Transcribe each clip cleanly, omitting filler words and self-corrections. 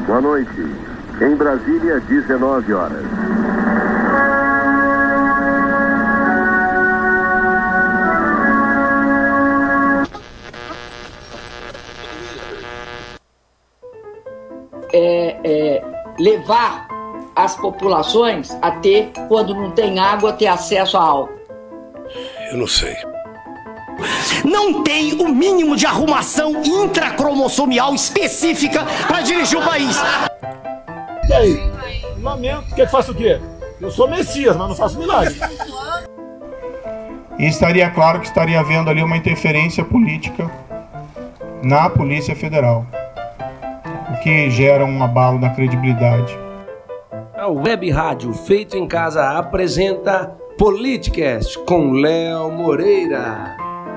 Boa noite. Em Brasília, 19 horas. Levar as populações a ter, quando não tem água, ter acesso a álcool. Eu não sei. Não tem o mínimo de arrumação intracromossomial específica para dirigir o país. E aí? Lamento. Quer que faça o quê? Eu sou Messias, mas não faço milagre. E estaria claro que estaria havendo ali uma interferência política na Polícia Federal, o que gera um abalo na credibilidade. A Web Rádio Feito em Casa apresenta Politicast com Léo Moreira.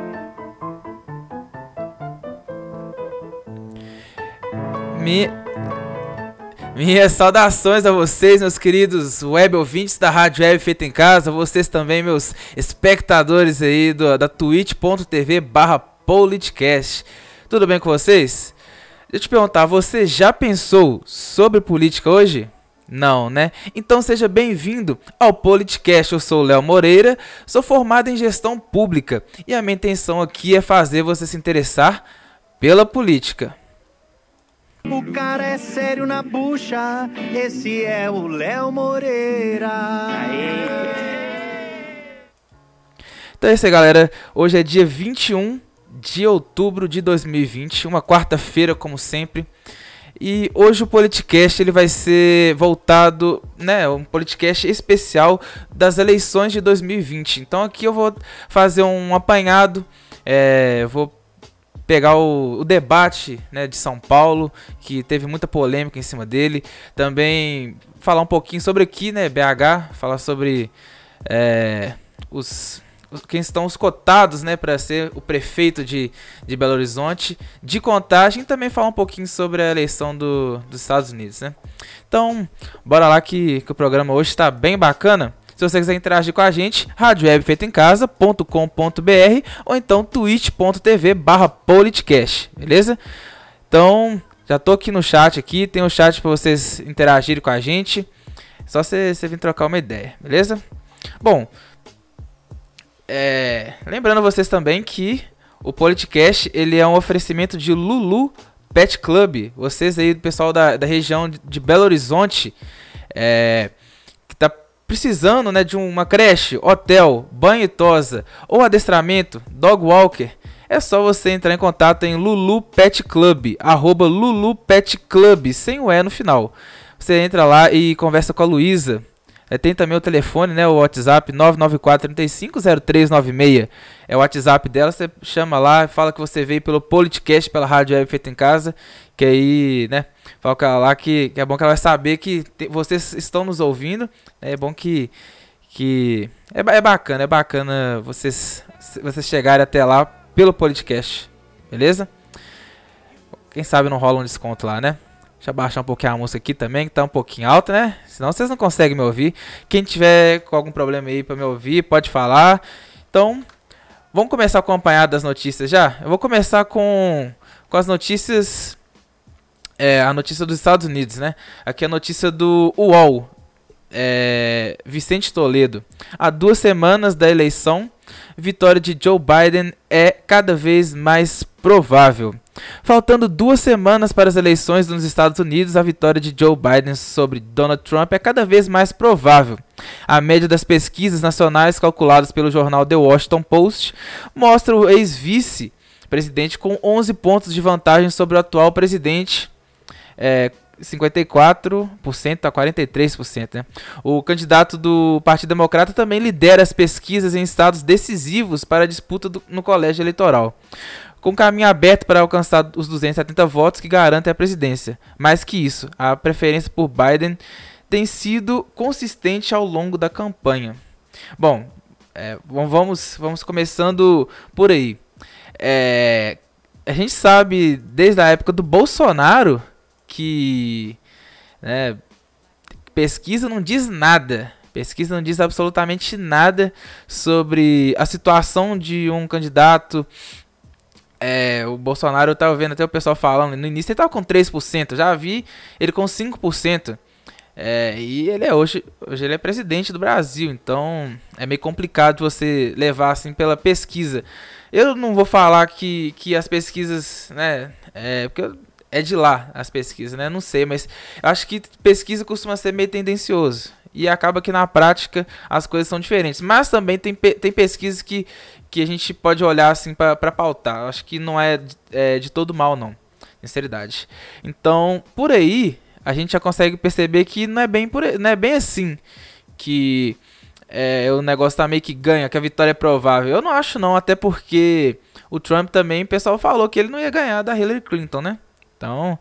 Minhas saudações a vocês, meus queridos web ouvintes da Rádio Web Feito em Casa, vocês também, meus espectadores aí da twitch.tv/politicast. Tudo bem com vocês? Deixa eu te perguntar, você já pensou sobre política hoje? Não, né? Então seja bem-vindo ao Politicast. Eu sou o Léo Moreira, sou formado em gestão pública e a minha intenção aqui é fazer você se interessar pela política. O cara é sério na bucha, esse é o Léo Moreira. Então é isso aí, galera. Hoje é dia 21 de outubro de 2020, uma quarta-feira, como sempre. E hoje o Politicast ele vai ser voltado, né, um Politicast especial das eleições de 2020. Então aqui eu vou fazer um apanhado, vou pegar o debate, né, de São Paulo, que teve muita polêmica em cima dele. Também falar um pouquinho sobre aqui, né, BH, falar sobre quem estão os cotados, né, para ser o prefeito de Belo Horizonte, de Contagem, e também falar um pouquinho sobre a eleição dos Estados Unidos, né. Então, bora lá que o programa hoje está bem bacana. Se você quiser interagir com a gente, radiowebfeitoemcasa.com.br ou então twitch.tv/politicast, beleza? Então, já tô aqui no chat aqui, tem um chat para vocês interagirem com a gente. Só você vir trocar uma ideia, beleza? Bom, lembrando vocês também que o Politicast ele é um oferecimento de Lulu Pet Club. Vocês aí, do pessoal da região de Belo Horizonte, que tá precisando, né, de uma creche, hotel, banho e tosa ou adestramento, dog walker, é só você entrar em contato em Lulu Pet Club, @Lulu Pet Club, sem o E no final. Você entra lá e conversa com a Luísa. Tem também o telefone, né, o WhatsApp 994-350396. É o WhatsApp dela, você chama lá, fala que você veio pelo Politicast, pela Rádio Web Feito em Casa, que aí, né, fala com ela lá que é bom que ela vai saber que vocês estão nos ouvindo. É bom que é bacana vocês chegarem até lá pelo Politicast, beleza? Quem sabe não rola um desconto lá, né? Deixa eu baixar um pouquinho a música aqui também, que tá um pouquinho alta, né? Senão vocês não conseguem me ouvir. Quem tiver com algum problema aí pra me ouvir, pode falar. Então, vamos começar a acompanhar das notícias já? Eu vou começar com as notícias, a notícia dos Estados Unidos, né? Aqui é a notícia do UOL. Vicente Toledo. Há 2 semanas da eleição, vitória de Joe Biden é cada vez mais provável. Faltando 2 semanas para as eleições nos Estados Unidos, a vitória de Joe Biden sobre Donald Trump é cada vez mais provável. A média das pesquisas nacionais calculadas pelo jornal The Washington Post mostra o ex-vice-presidente com 11 pontos de vantagem sobre o atual presidente, 54% a 43%, né? O candidato do Partido Democrata também lidera as pesquisas em estados decisivos para a disputa no colégio eleitoral, com caminho aberto para alcançar os 270 votos que garantem a presidência. Mais que isso, a preferência por Biden tem sido consistente ao longo da campanha. Bom, vamos começando por aí. A gente sabe desde a época do Bolsonaro que, né, pesquisa não diz nada. Pesquisa não diz absolutamente nada sobre a situação de um candidato O Bolsonaro, eu tava vendo até o pessoal falando, no início ele tava com 3%, eu já vi ele com 5%. E ele hoje ele é presidente do Brasil, então é meio complicado você levar assim pela pesquisa. Eu não vou falar que as pesquisas, né, porque é de lá as pesquisas, né, não sei, mas eu acho que pesquisa costuma ser meio tendencioso e acaba que na prática as coisas são diferentes. Mas também tem pesquisas que a gente pode olhar assim para pautar. Eu acho que não é de todo mal, não, sinceridade. Então, por aí a gente já consegue perceber que não é bem assim que o negócio tá meio que ganha, que a vitória é provável. Eu não acho não, até porque o Trump também, o pessoal falou que ele não ia ganhar da Hillary Clinton, né? Então,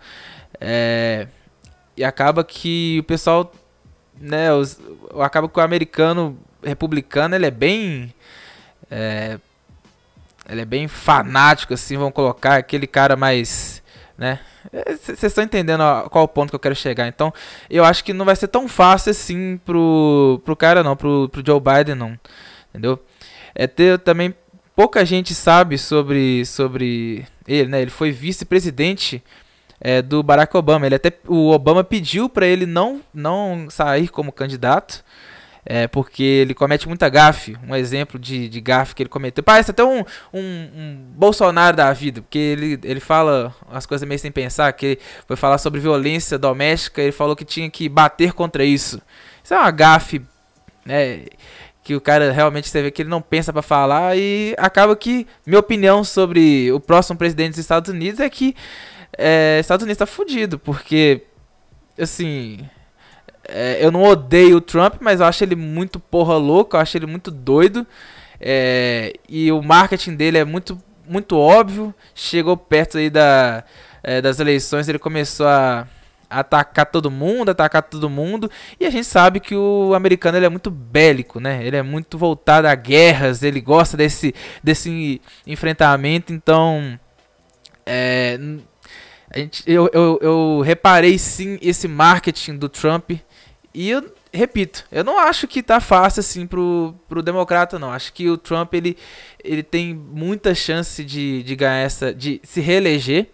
e acaba que o pessoal, né, acaba que o americano republicano, ele é bem fanático, assim, vamos colocar, aquele cara mais, né? Vocês estão entendendo qual o ponto que eu quero chegar. Então, eu acho que não vai ser tão fácil assim pro cara não, pro Joe Biden não, entendeu? Também pouca gente sabe sobre ele, né? Ele foi vice-presidente do Barack Obama. O Obama pediu para ele não sair como candidato, porque ele comete muita gafe. Um exemplo de gafe que ele cometeu, parece até um Bolsonaro da vida, porque ele fala as coisas meio sem pensar, que ele foi falar sobre violência doméstica, ele falou que tinha que bater contra isso. Isso é uma gafe, né, que o cara realmente, você vê que ele não pensa pra falar, e acaba que, minha opinião sobre o próximo presidente dos Estados Unidos é que Estados Unidos tá fudido, porque, assim, eu não odeio o Trump, mas eu acho ele muito porra louco, eu acho ele muito doido, e o marketing dele é muito, muito óbvio. Chegou perto aí das eleições, ele começou a atacar todo mundo, e a gente sabe que o americano, ele é muito bélico, né? Ele é muito voltado a guerras, ele gosta desse enfrentamento. Então, eu reparei sim esse marketing do Trump. E eu repito, eu não acho que tá fácil assim pro democrata, não. Acho que o Trump, ele tem muita chance de ganhar de se reeleger.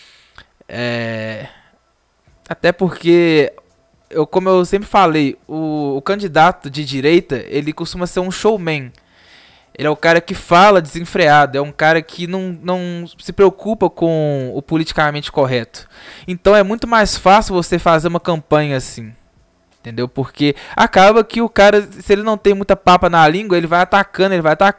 Até porque, como eu sempre falei, o candidato de direita, ele costuma ser um showman. Ele é o cara que fala desenfreado, é um cara que não se preocupa com o politicamente correto. Então é muito mais fácil você fazer uma campanha assim, entendeu? Porque acaba que o cara, se ele não tem muita papa na língua, ele vai atacando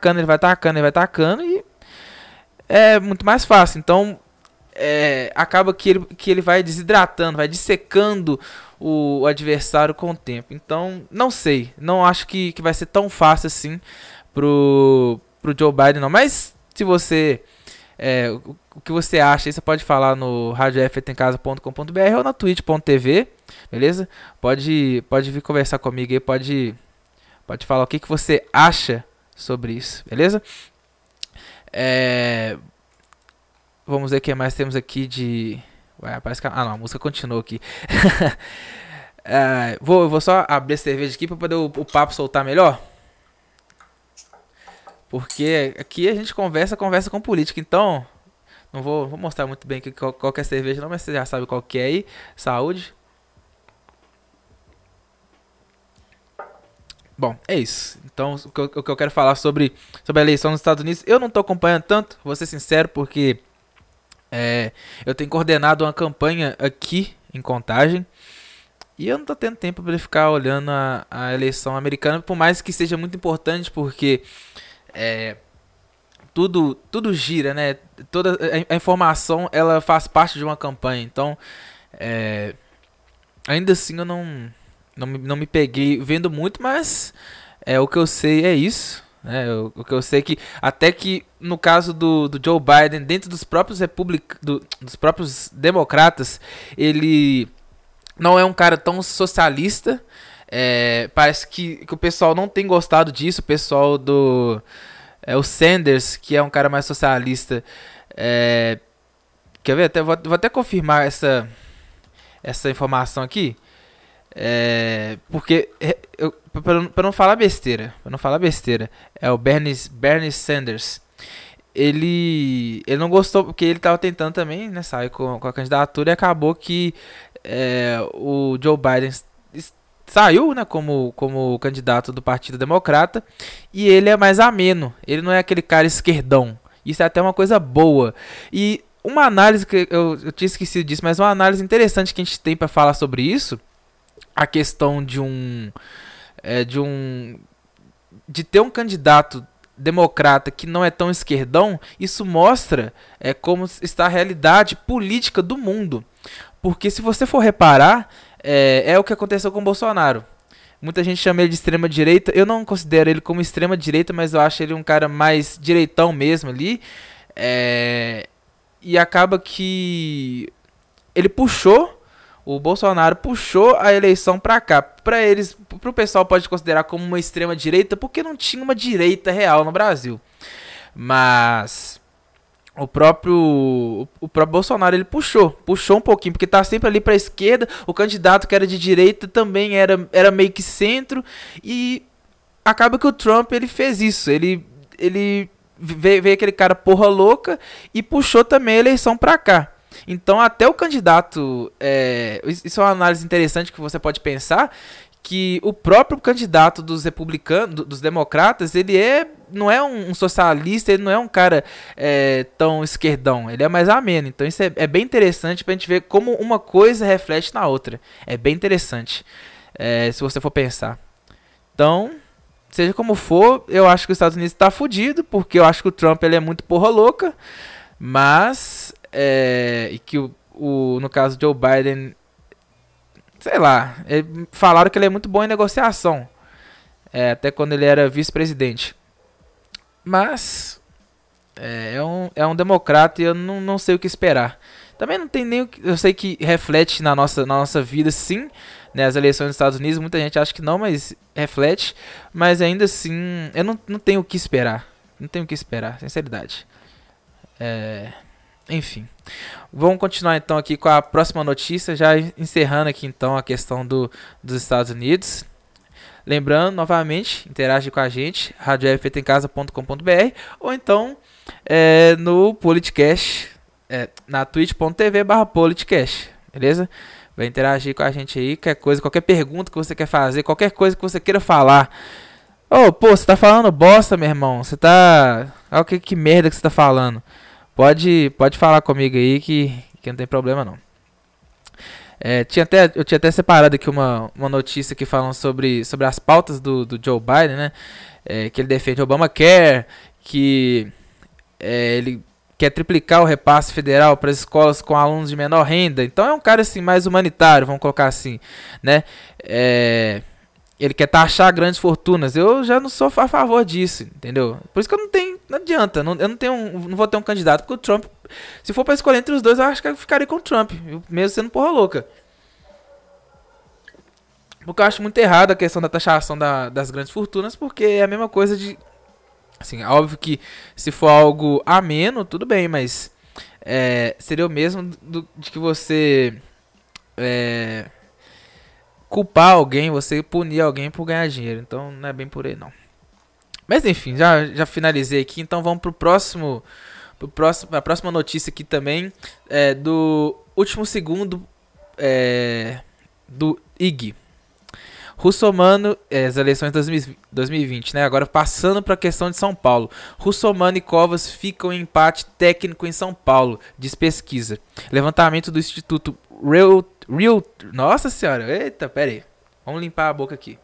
e é muito mais fácil. Então acaba que ele vai desidratando, vai dissecando o adversário com o tempo. Então, não sei, não acho que vai ser tão fácil assim pro Joe Biden, não. Mas se você o que você acha, aí você pode falar no radiofeitoemcasa.com.br ou na twitch.tv, beleza? Pode vir conversar comigo aí, pode falar o que você acha sobre isso, beleza? Vamos ver o que mais temos aqui de... parece que... não, a música continuou aqui. Vou só abrir a cerveja aqui para poder o papo soltar melhor. Porque aqui a gente conversa com política, então não vou mostrar muito bem qual que é a cerveja não, mas você já sabe qual que é aí. Saúde. Bom, é isso. Então, o que eu quero falar sobre a eleição nos Estados Unidos, eu não estou acompanhando tanto, vou ser sincero, porque eu tenho coordenado uma campanha aqui em Contagem, e eu não estou tendo tempo para ficar olhando a eleição americana, por mais que seja muito importante, porque tudo gira, né? Toda a informação, ela faz parte de uma campanha. Então, ainda assim eu não me peguei vendo muito, mas o que eu sei é isso, né? O que eu sei é que até que no caso do Joe Biden, dentro dos próprios dos próprios democratas, ele não é um cara tão socialista. Parece que o pessoal não tem gostado disso. O pessoal o Sanders, que é um cara mais socialista, quer ver? Vou até confirmar essa informação aqui, porque para não falar besteira, é o Bernie Sanders. ele não gostou, porque ele estava tentando também, né, sair com a candidatura, e acabou que o Joe Biden saiu, né, como candidato do Partido Democrata, e ele é mais ameno, ele não é aquele cara esquerdão. Isso é até uma coisa boa. E uma análise que eu tinha esquecido disso, mas uma análise interessante que a gente tem para falar sobre isso, a questão de ter um candidato democrata que não é tão esquerdão, isso mostra como está a realidade política do mundo. Porque se você for reparar, é o que aconteceu com o Bolsonaro. Muita gente chama ele de extrema direita. Eu não considero ele como extrema direita, mas eu acho ele um cara mais direitão mesmo ali. E acaba que o Bolsonaro puxou a eleição pra cá. Pro pessoal pode considerar como uma extrema direita, porque não tinha uma direita real no Brasil. Mas o próprio Bolsonaro, ele puxou um pouquinho, porque tá sempre ali pra esquerda. O candidato que era de direita também era meio que centro, e acaba que o Trump, ele fez isso, ele veio aquele cara porra louca e puxou também a eleição pra cá. Então até o candidato, isso é uma análise interessante que você pode pensar, que o próprio candidato dos republicanos, dos democratas, ele não é um socialista, ele não é um cara tão esquerdão, ele é mais ameno. Então isso é bem interessante pra gente ver como uma coisa reflete na outra. É bem interessante, se você for pensar. Então, seja como for, eu acho que os Estados Unidos tá fudido, porque eu acho que o Trump, ele é muito porra louca, mas e que no caso do Joe Biden, sei lá, falaram que ele é muito bom em negociação, até quando ele era vice-presidente. Mas é um democrata e eu não sei o que esperar. Também não tem nem eu sei que reflete na nossa vida, sim, né, as eleições dos Estados Unidos. Muita gente acha que não, mas reflete. Mas ainda assim, eu não tenho o que esperar. Não tenho o que esperar, sinceridade. Enfim, vamos continuar então aqui com a próxima notícia, já encerrando aqui então a questão dos Estados Unidos. Lembrando, novamente, interage com a gente, radiofeitoemcasa.com.br, ou então no Politcast, na twitch.tv/Politcast, beleza? Vai interagir com a gente aí, qualquer pergunta que você quer fazer, qualquer coisa que você queira falar. Você tá falando bosta, meu irmão, você tá... que merda que você tá falando? Pode falar comigo aí que não tem problema não. Eu tinha até separado aqui uma notícia que falam sobre as pautas do Joe Biden, né? Que ele defende Obamacare, que ele quer triplicar o repasse federal para as escolas com alunos de menor renda. Então é um cara assim mais humanitário, vamos colocar assim, né? Ele quer taxar grandes fortunas. Eu já não sou a favor disso, entendeu? Por isso que não adianta, eu não vou ter um candidato, porque o Trump, se for para escolher entre os dois, eu acho que eu ficaria com o Trump, mesmo sendo porra louca. Porque eu acho muito errado a questão da taxação das grandes fortunas, porque é a mesma coisa de... Assim, óbvio que se for algo ameno, tudo bem, mas seria o mesmo de que você culpar alguém, você punir alguém por ganhar dinheiro. Então não é bem por aí não. Mas enfim, já finalizei aqui, então vamos a próxima notícia aqui também, do último segundo do IG. Russomano, as eleições de 2020, né? Agora passando para a questão de São Paulo. Russomano e Covas ficam em empate técnico em São Paulo, diz pesquisa. Levantamento do Instituto Nossa senhora, eita, pera aí. Vamos limpar a boca aqui.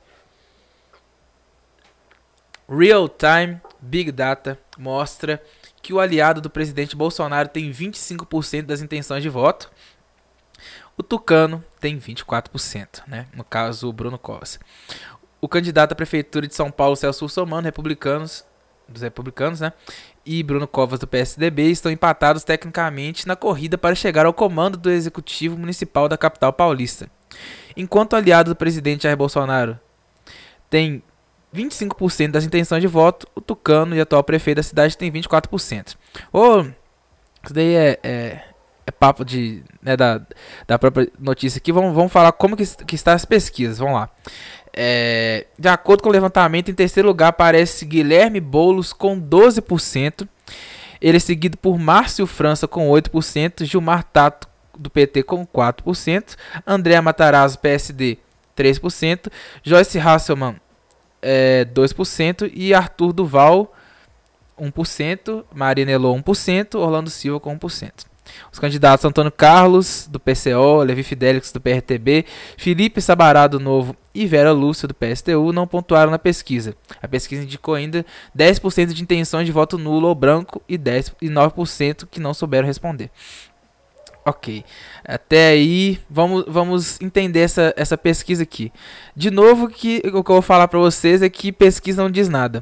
Real Time Big Data mostra que o aliado do presidente Bolsonaro tem 25% das intenções de voto. O Tucano tem 24%, né? No caso, o Bruno Covas. O candidato à prefeitura de São Paulo, Celso Russomano, dos republicanos, né? E Bruno Covas, do PSDB, estão empatados tecnicamente na corrida para chegar ao comando do Executivo Municipal da capital paulista. Enquanto o aliado do presidente Jair Bolsonaro tem 25% das intenções de voto, o Tucano e atual prefeito da cidade tem 24%. Isso daí é papo da própria notícia aqui. Vamos falar como que está as pesquisas. Vamos lá. De acordo com o levantamento, em terceiro lugar aparece Guilherme Boulos com 12%. Ele é seguido por Márcio França com 8%, Gilmar Tato do PT com 4%, André Matarazzo, PSD, 3%, Joyce Hasselmann, 2% e Arthur Duval, 1%, Marina Elô, 1%, Orlando Silva com 1%. Os candidatos Antônio Carlos, do PCO, Levi Fidelix, do PRTB, Felipe Sabará, do Novo e Vera Lúcia, do PSTU, não pontuaram na pesquisa. A pesquisa indicou ainda 10% de intenções de voto nulo ou branco e 9% que não souberam responder. Ok, até aí vamos entender essa pesquisa aqui. De novo, o que eu vou falar para vocês é que pesquisa não diz nada.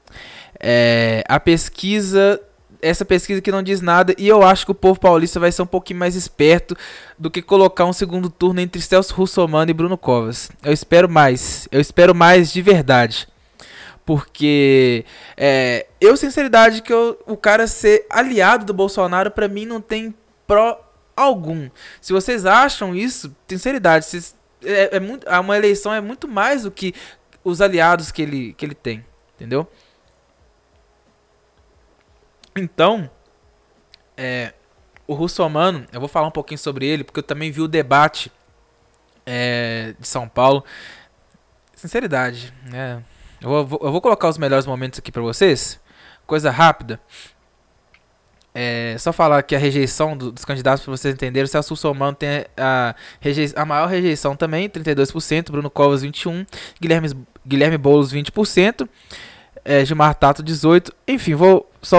Essa pesquisa que não diz nada, e eu acho que o povo paulista vai ser um pouquinho mais esperto do que colocar um segundo turno entre Celso Russomano e Bruno Covas. Eu espero mais de verdade. Porque sinceridade, que o cara ser aliado do Bolsonaro, pra mim não tem pró algum. Se vocês acham isso, sinceridade, uma eleição é muito mais do que os aliados que ele tem, entendeu? Então, o Russomano, eu vou falar um pouquinho sobre ele, porque eu também vi o debate de São Paulo. Sinceridade, eu vou colocar os melhores momentos aqui pra vocês. Coisa rápida. Só falar que a rejeição dos candidatos, para vocês entenderem, o Celso Russomano tem a maior rejeição também, 32%, Bruno Covas 21%, Guilherme Boulos 20%, Gilmar Tato 18%, enfim, vou só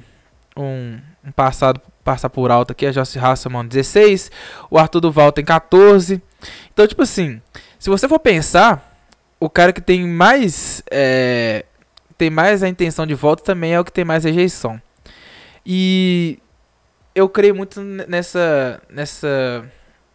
passar por alto aqui, a Joyce Hasselmann 16%, o Arthur Duval tem 14%, então tipo assim, se você for pensar, o cara que tem mais a intenção de voto também é o que tem mais rejeição. E eu creio muito nessa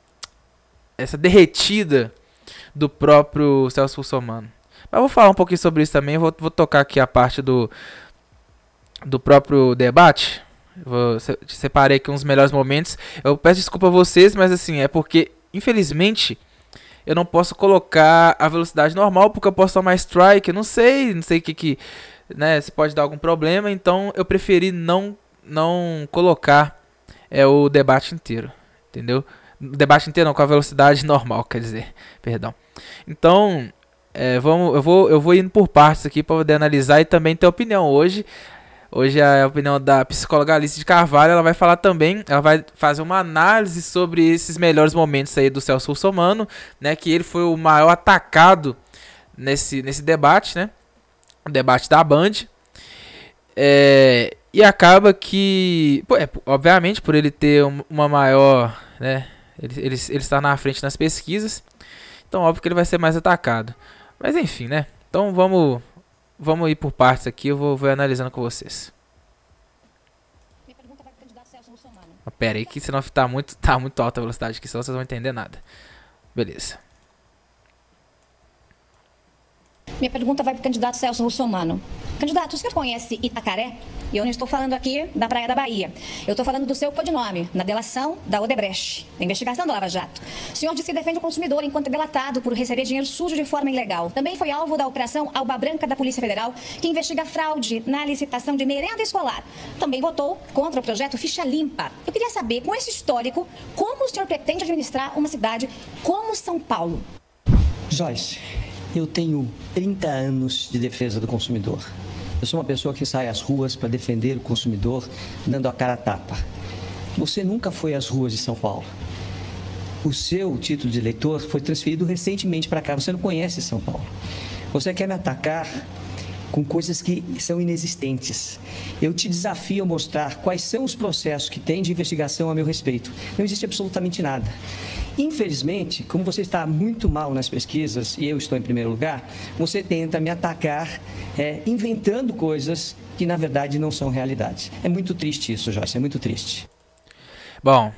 derretida do próprio Celso Russomano. Mas eu vou falar um pouquinho sobre isso também. Vou tocar aqui a parte do próprio debate. Separei aqui uns melhores momentos. Eu peço desculpa a vocês, mas assim, é porque, infelizmente, eu não posso colocar a velocidade normal, porque eu posso tomar strike. Eu não sei o que né, se pode dar algum problema. Então eu preferi não colocar o debate inteiro, entendeu? O debate inteiro não, com a velocidade normal, quer dizer, perdão. Então, eu vou indo por partes aqui para poder analisar e também ter opinião hoje. Hoje é a opinião da psicóloga Alice de Carvalho, ela vai falar também, ela vai fazer uma análise sobre esses melhores momentos aí do Celso Russomano, né, que ele foi o maior atacado nesse debate, né, o debate da Band. E acaba que, obviamente, por ele ter uma maior, né, ele está na frente nas pesquisas, então óbvio que ele vai ser mais atacado. Mas enfim, né, então vamos ir por partes aqui, eu vou analisando com vocês. Minha pergunta vai para o candidato Celso Russomano. Pera aí que senão tá muito alta a velocidade aqui, senão vocês não vão entender nada. Beleza. Minha pergunta vai para o candidato Celso Russomano. Candidato, o senhor conhece Itacaré? E eu não estou falando aqui da Praia da Bahia. Eu estou falando do seu codinome, na delação da Odebrecht, na investigação da Lava Jato. O senhor disse que defende o consumidor enquanto delatado por receber dinheiro sujo de forma ilegal. Também foi alvo da Operação Alba Branca da Polícia Federal, que investiga fraude na licitação de merenda escolar. Também votou contra o projeto Ficha Limpa. Eu queria saber, com esse histórico, como o senhor pretende administrar uma cidade como São Paulo? Joyce, eu tenho 30 anos de defesa do consumidor. Eu sou uma pessoa que sai às ruas para defender o consumidor, dando a cara a tapa. Você nunca foi às ruas de São Paulo. O seu título de eleitor foi transferido recentemente para cá. Você não conhece São Paulo. Você quer me atacar com coisas que são inexistentes. Eu te desafio a mostrar quais são os processos que tem de investigação a meu respeito. Não existe absolutamente nada. Infelizmente, como você está muito mal nas pesquisas e eu estou em primeiro lugar, você tenta me atacar inventando coisas que na verdade não são realidades. É muito triste isso, Joyce, é muito triste. Bom,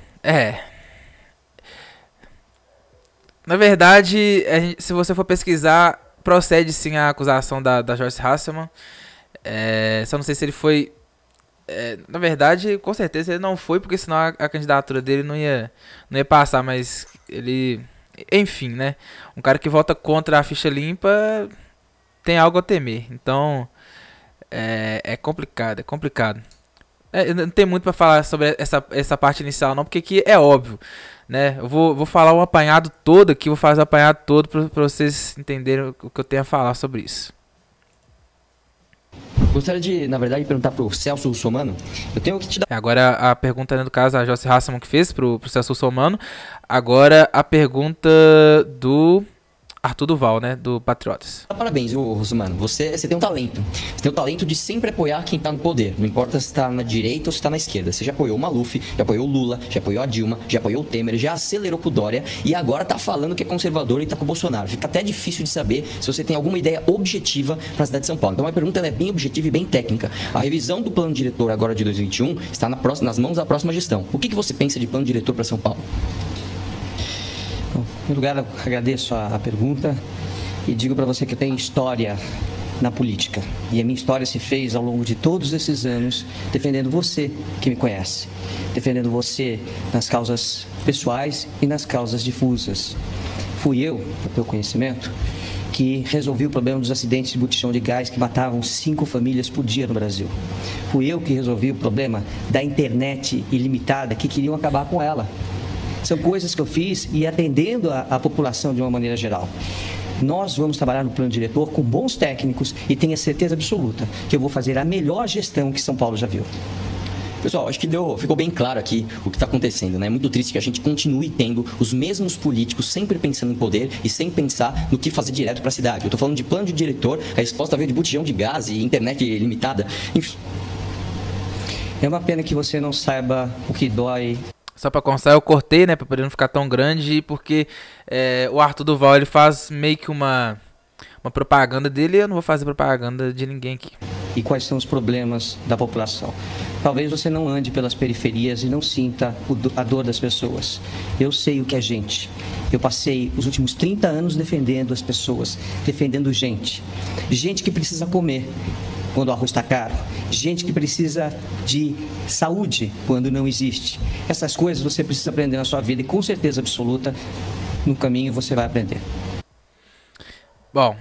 na verdade, se você for pesquisar, procede sim a acusação da Joyce Hasselmann. Só não sei se ele foi... na verdade, com certeza ele não foi, porque senão a candidatura dele não ia passar, mas ele... Enfim, né? Um cara que vota contra a ficha limpa tem algo a temer. Então, é complicado, Não tem muito para falar sobre essa parte inicial não, porque aqui é óbvio, né? Eu vou falar um apanhado todo aqui, vou fazer o apanhado todo para vocês entenderem o que eu tenho a falar sobre isso. Gostaria de, na verdade, perguntar pro Celso Russomano. Eu tenho que te dar... Agora a pergunta, né, no caso, a Joyce Hasselman que fez pro Celso Russomano. Agora a pergunta do Arthur Duval, né, do Patriotas. Parabéns, Russomano. Você tem um talento. Você tem o talento de sempre apoiar quem tá no poder. Não importa se tá na direita ou se tá na esquerda. Você já apoiou o Maluf, já apoiou o Lula, já apoiou a Dilma, já apoiou o Temer, já acelerou com o Dória e agora tá falando que é conservador e tá com o Bolsonaro. Fica até difícil de saber se você tem alguma ideia objetiva para a cidade de São Paulo. Então a pergunta ela é bem objetiva e bem técnica. A revisão do plano diretor agora de 2021 está nas mãos da próxima gestão. O que você pensa de plano diretor para São Paulo? Bom, em primeiro lugar, eu agradeço a pergunta e digo para você que eu tenho história na política. E a minha história se fez ao longo de todos esses anos defendendo você que me conhece. Defendendo você nas causas pessoais e nas causas difusas. Fui eu, no teu conhecimento, que resolvi o problema dos acidentes de botijão de gás que matavam 5 famílias por dia no Brasil. Fui eu que resolvi o problema da internet ilimitada que queriam acabar com ela. São coisas que eu fiz e atendendo a população de uma maneira geral. Nós vamos trabalhar no plano diretor com bons técnicos e tenha certeza absoluta que eu vou fazer a melhor gestão que São Paulo já viu. Pessoal, acho que ficou bem claro aqui o que está acontecendo, né? É muito triste que a gente continue tendo os mesmos políticos sempre pensando em poder e sem pensar no que fazer direto para a cidade. Eu estou falando de plano de diretor, a resposta veio de botijão de gás e internet ilimitada. Enfim. É uma pena que você não saiba o que dói. Só pra constar, eu cortei, né, pra poder não ficar tão grande, porque o Arthur Duval, ele faz meio que uma propaganda dele e eu não vou fazer propaganda de ninguém aqui. E quais são os problemas da população? Talvez você não ande pelas periferias e não sinta a dor das pessoas. Eu sei o que é gente. Eu passei os últimos 30 anos defendendo as pessoas, defendendo gente. Gente que precisa comer quando o arroz está caro, gente que precisa de saúde quando não existe. Essas coisas você precisa aprender na sua vida e com certeza absoluta, no caminho você vai aprender. Bom,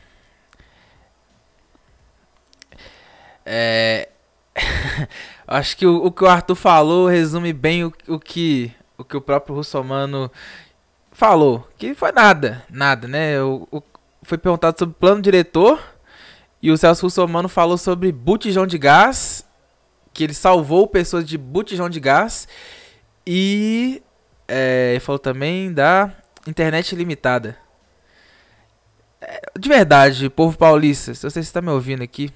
acho que o que o Arthur falou resume bem o que o próprio Russomano falou, que foi nada, né? Foi perguntado sobre plano diretor. E o Celso Russomano falou sobre botijão de gás, que ele salvou pessoas de botijão de gás. E ele falou também da internet ilimitada. De verdade, povo paulista, se você está me ouvindo aqui,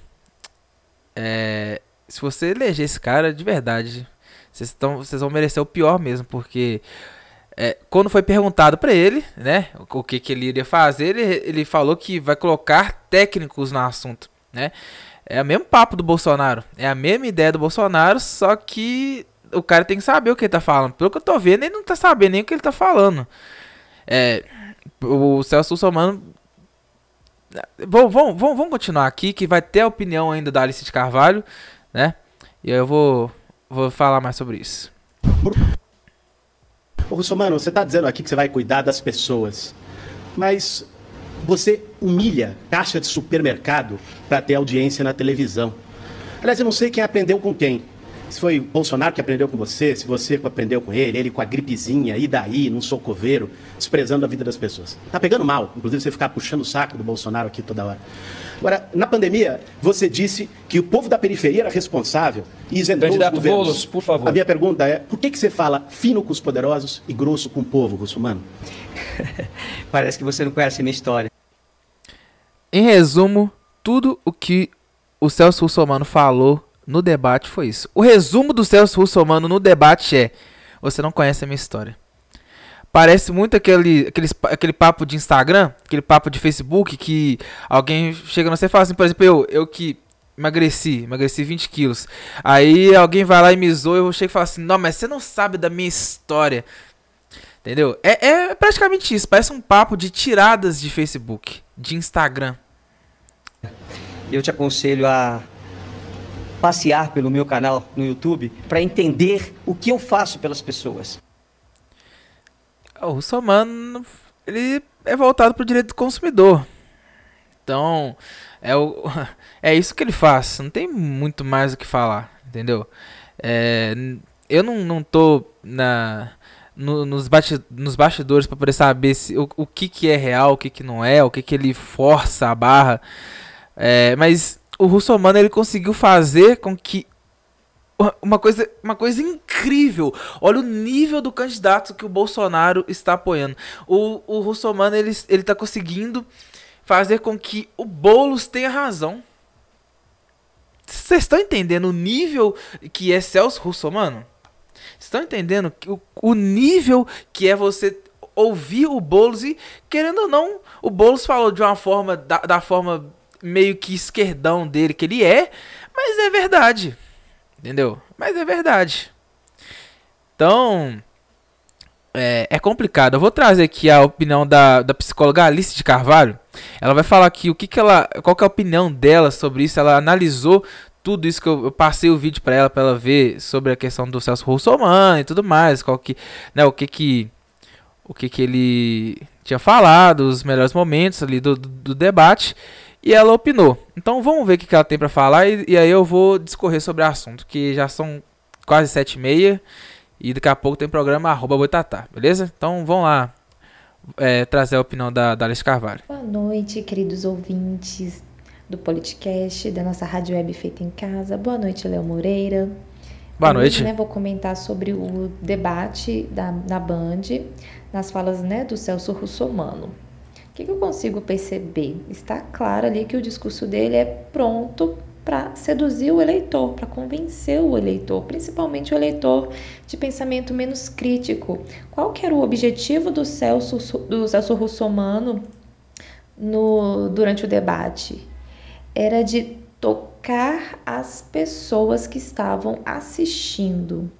se você eleger esse cara, de verdade, vocês vão merecer o pior mesmo, porque... quando foi perguntado para ele, né, o que ele iria fazer, ele falou que vai colocar técnicos no assunto, né? É o mesmo papo do Bolsonaro, é a mesma ideia do Bolsonaro, só que o cara tem que saber o que ele tá falando. Pelo que eu tô vendo, ele não tá sabendo nem o que ele tá falando. O Celso Russomano... Vamos continuar aqui, que vai ter a opinião ainda da Alice de Carvalho, né? E eu vou falar mais sobre isso. Ô Russomano, você está dizendo aqui que você vai cuidar das pessoas, mas você humilha caixa de supermercado para ter audiência na televisão. Aliás, eu não sei quem aprendeu com quem. Se foi o Bolsonaro que aprendeu com você, se você aprendeu com ele com a gripezinha, e daí, num sou coveiro, desprezando a vida das pessoas. Tá pegando mal, inclusive você ficar puxando o saco do Bolsonaro aqui toda hora. Agora, na pandemia, você disse que o povo da periferia era responsável e isentou os governos. Boulos, por favor. A minha pergunta é, por que você fala fino com os poderosos e grosso com o povo, Russomano? Parece que você não conhece a minha história. Em resumo, tudo o que o Celso Russomano falou no debate foi isso. O resumo do Celso Russomano no debate é: você não conhece a minha história. Parece muito aquele papo de Instagram, aquele papo de Facebook, que alguém chega no você e fala assim, por exemplo, eu que emagreci 20 quilos. Aí alguém vai lá e me zoa, eu chego e falo assim, não, mas você não sabe da minha história. Entendeu? É praticamente isso, parece um papo de tiradas de Facebook, de Instagram. Eu te aconselho a passear pelo meu canal no YouTube para entender o que eu faço pelas pessoas. O Russomano, ele é voltado para o direito do consumidor. Então, é isso que ele faz. Não tem muito mais o que falar, entendeu? Eu não tô nos bastidores para poder saber o que é real, o que não é, o que ele força a barra. Mas o Russomano, ele conseguiu fazer com que uma coisa incrível. Olha o nível do candidato que o Bolsonaro está apoiando. O Russomano, ele tá conseguindo fazer com que o Boulos tenha razão. Vocês estão entendendo o nível que é Celso Russomano? Vocês estão entendendo o nível que é você ouvir o Boulos e, querendo ou não, o Boulos falou de uma forma, da forma meio que esquerdão dele que ele é, mas é verdade. Entendeu? Mas é verdade. Então, é complicado. Eu vou trazer aqui a opinião da psicóloga Alice de Carvalho. Ela vai falar aqui qual que é a opinião dela sobre isso. Ela analisou tudo isso que eu passei o vídeo para ela ver sobre a questão do Celso Russomano e tudo mais, o que ele tinha falado, os melhores momentos ali do debate. E ela opinou. Então vamos ver o que ela tem para falar e aí eu vou discorrer sobre o assunto, que já são quase 7h30 e daqui a pouco tem programa @boitatá, beleza? Então vamos lá trazer a opinião da Alice Carvalho. Boa noite, queridos ouvintes do Politicast, da nossa rádio web feita em casa. Boa noite, Léo Moreira. Boa noite. Vou comentar sobre o debate na Band, nas falas do Celso Russomano. O que eu consigo perceber? Está claro ali que o discurso dele é pronto para seduzir o eleitor, para convencer o eleitor, principalmente o eleitor de pensamento menos crítico. Qual que era o objetivo do Celso Russomano durante o debate? Era de tocar as pessoas que estavam assistindo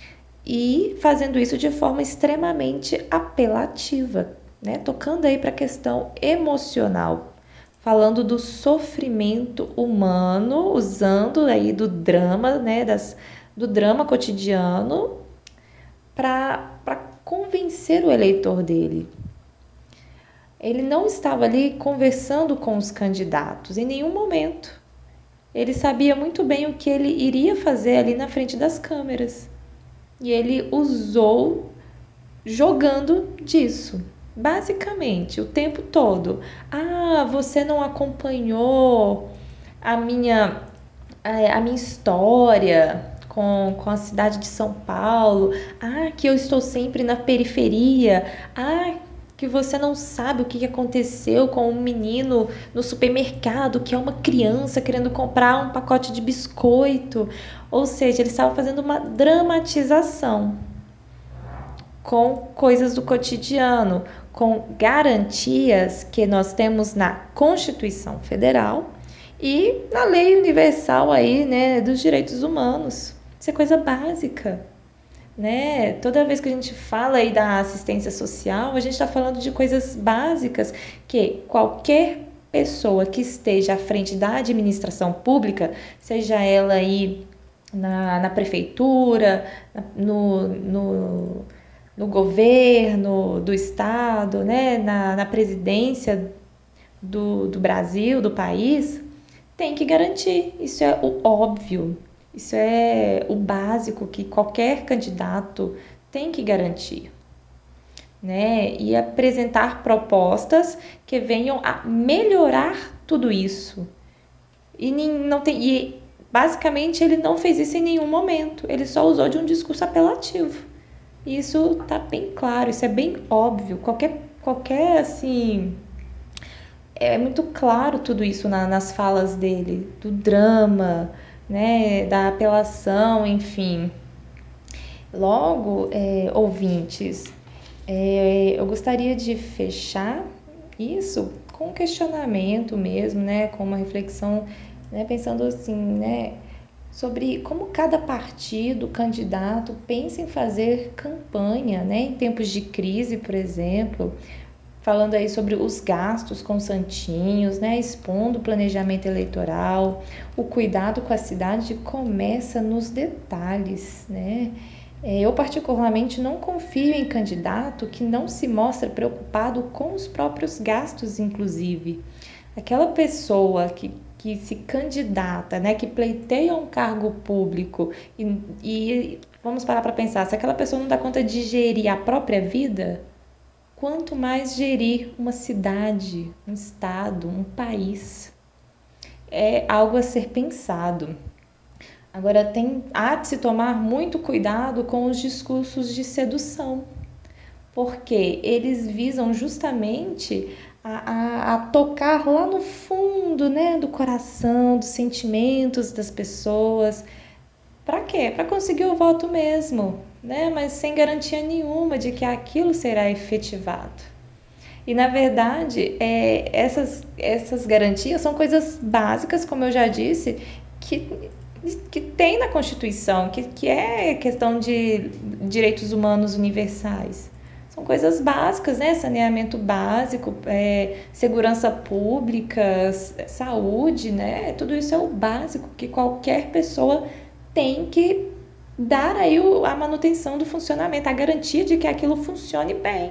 e fazendo isso de forma extremamente apelativa. Tocando aí para a questão emocional, falando do sofrimento humano, usando aí do drama, do drama cotidiano para convencer o eleitor dele. Ele não estava ali conversando com os candidatos em nenhum momento. Ele sabia muito bem o que ele iria fazer ali na frente das câmeras. E ele usou jogando disso. Basicamente, o tempo todo. Você não acompanhou a minha história com a cidade de São Paulo. Que eu estou sempre na periferia. Que você não sabe o que aconteceu com um menino no supermercado, que é uma criança querendo comprar um pacote de biscoito. Ou seja, ele estava fazendo uma dramatização com coisas do cotidiano, com garantias que nós temos na Constituição Federal e na Lei Universal aí, dos Direitos Humanos. Isso é coisa básica, Toda vez que a gente fala aí da assistência social, a gente está falando de coisas básicas que qualquer pessoa que esteja à frente da administração pública, seja ela aí na prefeitura, no governo do estado, na presidência do Brasil, do país, tem que garantir. Isso é o óbvio, isso é o básico que qualquer candidato tem que garantir. E apresentar propostas que venham a melhorar tudo isso. E basicamente ele não fez isso em nenhum momento, ele só usou de um discurso apelativo. Isso tá bem claro, isso é bem óbvio. Qualquer assim, é muito claro tudo isso nas falas dele, do drama, da apelação, enfim. Logo, ouvintes, eu gostaria de fechar isso com um questionamento mesmo, com uma reflexão, pensando assim, sobre como cada partido, candidato, pensa em fazer campanha, em tempos de crise, por exemplo, falando aí sobre os gastos com santinhos, expondo o planejamento eleitoral, o cuidado com a cidade começa nos detalhes, Eu particularmente não confio em candidato que não se mostra preocupado com os próprios gastos, inclusive. Aquela pessoa que que se candidata, né, que pleiteia um cargo público e vamos parar para pensar, se aquela pessoa não dá conta de gerir a própria vida, quanto mais gerir uma cidade, um estado, um país. É algo a ser pensado. Agora, há de se tomar muito cuidado com os discursos de sedução, porque eles visam justamente a tocar lá no fundo, né, do coração, dos sentimentos das pessoas. Para quê? Para conseguir o voto mesmo, né? Mas sem garantia nenhuma de que aquilo será efetivado. E, na verdade, essas garantias são coisas básicas, como eu já disse, que tem na Constituição, que é questão de direitos humanos universais. São coisas básicas, né? Saneamento básico, segurança pública, saúde, né? Tudo isso é o básico que qualquer pessoa tem que dar aí a manutenção do funcionamento, a garantia de que aquilo funcione bem.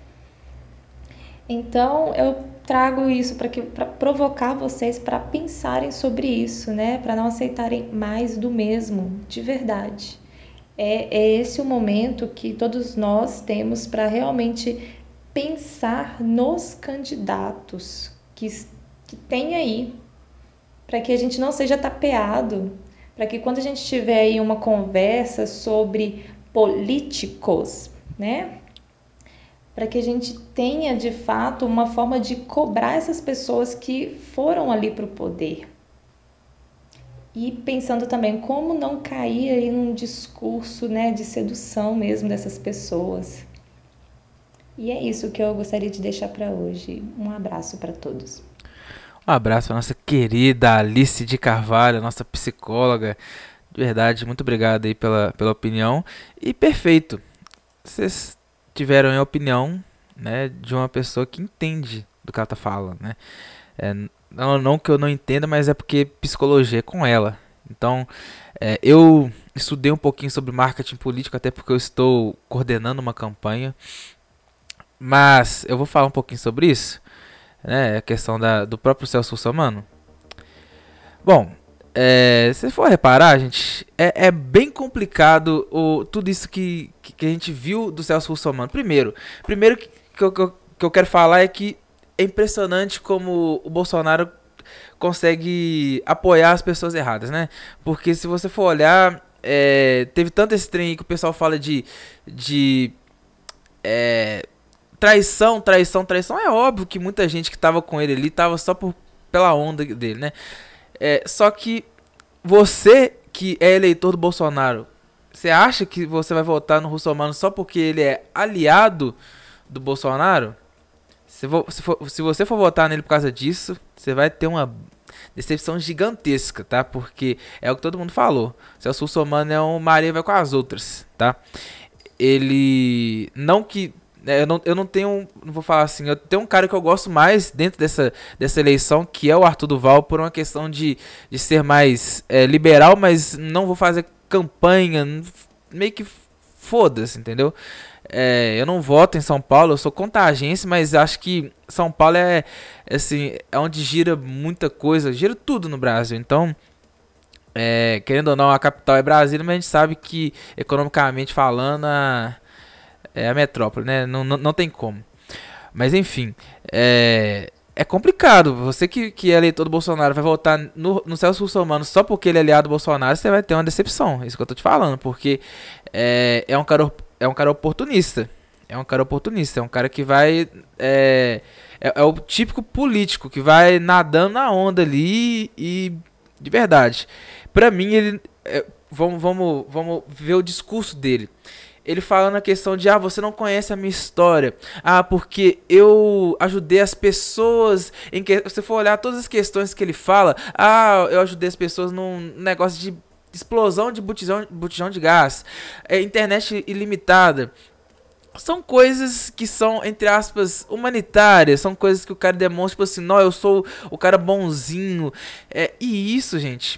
Então, eu trago isso para provocar vocês para pensarem sobre isso, né? Para não aceitarem mais do mesmo, de verdade. É esse o momento que todos nós temos para realmente pensar nos candidatos que tem aí, para que a gente não seja tapeado, para que quando a gente tiver aí uma conversa sobre políticos, né, para que a gente tenha de fato uma forma de cobrar essas pessoas que foram ali para o poder. E pensando também como não cair aí num discurso, né, de sedução mesmo dessas pessoas. E é isso que eu gostaria de deixar para hoje. Um abraço para todos. Um abraço para nossa querida Alice de Carvalho, nossa psicóloga. De verdade, muito obrigado aí pela opinião. E perfeito. Vocês tiveram a opinião, né, de uma pessoa que entende do que ela tá falando, né? Não que eu não entenda, mas é porque psicologia é com ela. Então, eu estudei um pouquinho sobre marketing político, até porque eu estou coordenando uma campanha. Mas eu vou falar um pouquinho sobre isso, né? A questão do próprio Celso Russomano. Bom, se for reparar, gente, é bem complicado tudo isso que a gente viu do Celso Russomano. Primeiro que eu quero falar é que é impressionante como o Bolsonaro consegue apoiar as pessoas erradas, né? Porque se você for olhar, teve tanto esse trem aí que o pessoal fala de traição. É óbvio que muita gente que tava com ele ali tava só pela onda dele, né? Só que você que é eleitor do Bolsonaro, você acha que você vai votar no Russomano só porque ele é aliado do Bolsonaro? Se você for votar nele por causa disso, você vai ter uma decepção gigantesca, tá? Porque é o que todo mundo falou. Celso Russomano é um Maria vai com as outras, tá? Ele não que eu não tenho, não vou falar assim, eu tenho um cara que eu gosto mais dentro dessa eleição, que é o Arthur Duval, por uma questão de ser mais liberal, mas não vou fazer campanha, meio que foda-se, entendeu? Eu não voto em São Paulo, eu sou contagense, mas acho que São Paulo assim, é onde gira muita coisa, gira tudo no Brasil. Então, querendo ou não, a capital é Brasília, mas a gente sabe que, economicamente falando, é a metrópole, né? Não tem como. Mas, enfim, é complicado. Você que é eleitor do Bolsonaro vai votar no Celso Russomano só porque ele é aliado do Bolsonaro, você vai ter uma decepção. É isso que eu tô te falando, porque é um cara oportunista. É um cara que vai... É o típico político que vai nadando na onda ali e de verdade. Pra mim, ele... Vamos ver o discurso dele. Ele falando a questão de, você não conhece a minha história. Porque eu ajudei as pessoas em que... Se você for olhar todas as questões que ele fala, eu ajudei as pessoas num negócio de explosão de botijão de gás, internet ilimitada. São coisas que são, entre aspas, humanitárias. São coisas que o cara demonstra, tipo assim, não, eu sou o cara bonzinho. E isso, gente,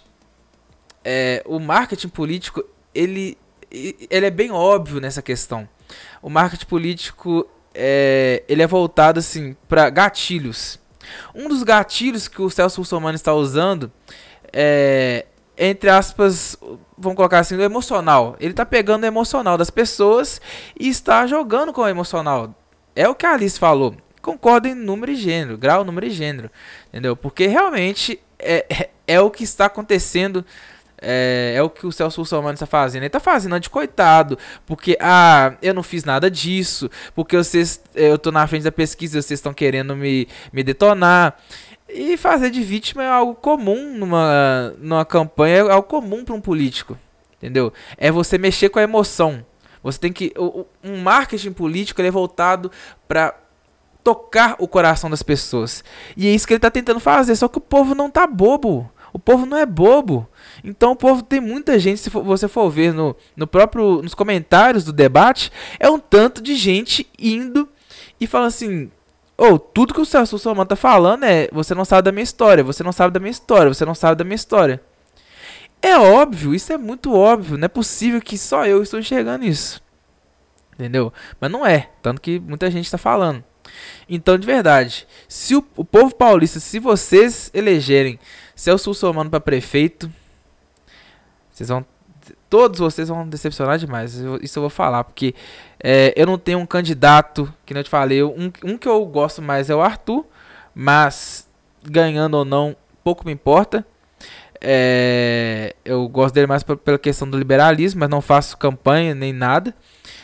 o marketing político, ele é bem óbvio nessa questão. O marketing político, ele é voltado, assim, para gatilhos. Um dos gatilhos que o Celso Russomano está usando é, entre aspas, vamos colocar assim, o emocional. Ele está pegando o emocional das pessoas e está jogando com o emocional. É o que a Alice falou. Concordo em número e gênero, grau, número e gênero, entendeu? Porque realmente é o que está acontecendo, é o que o Celso Russomano está fazendo. Ele está fazendo de coitado, porque eu não fiz nada disso, porque eu tô na frente da pesquisa e vocês estão querendo me detonar. E fazer de vítima é algo comum numa campanha, é algo comum para um político, entendeu? É você mexer com a emoção. Você tem que... Um marketing político ele é voltado para tocar o coração das pessoas. E é isso que ele está tentando fazer, só que o povo não tá bobo. O povo não é bobo. Então o povo tem muita gente, se você for ver nos comentários do debate, é um tanto de gente indo e falando assim... tudo que o Celso Russomano tá falando você não sabe da minha história, você não sabe da minha história, você não sabe da minha história. É óbvio, isso é muito óbvio, não é possível que só eu estou enxergando isso. Entendeu? Mas não é, tanto que muita gente está falando. Então, de verdade, se o povo paulista, se vocês elegerem Celso Russomano para prefeito, todos vocês vão decepcionar demais. Isso eu vou falar, porque eu não tenho um candidato, que não te falei, um que eu gosto mais é o Arthur, mas ganhando ou não, pouco me importa. Eu gosto dele mais pela questão do liberalismo, mas não faço campanha nem nada.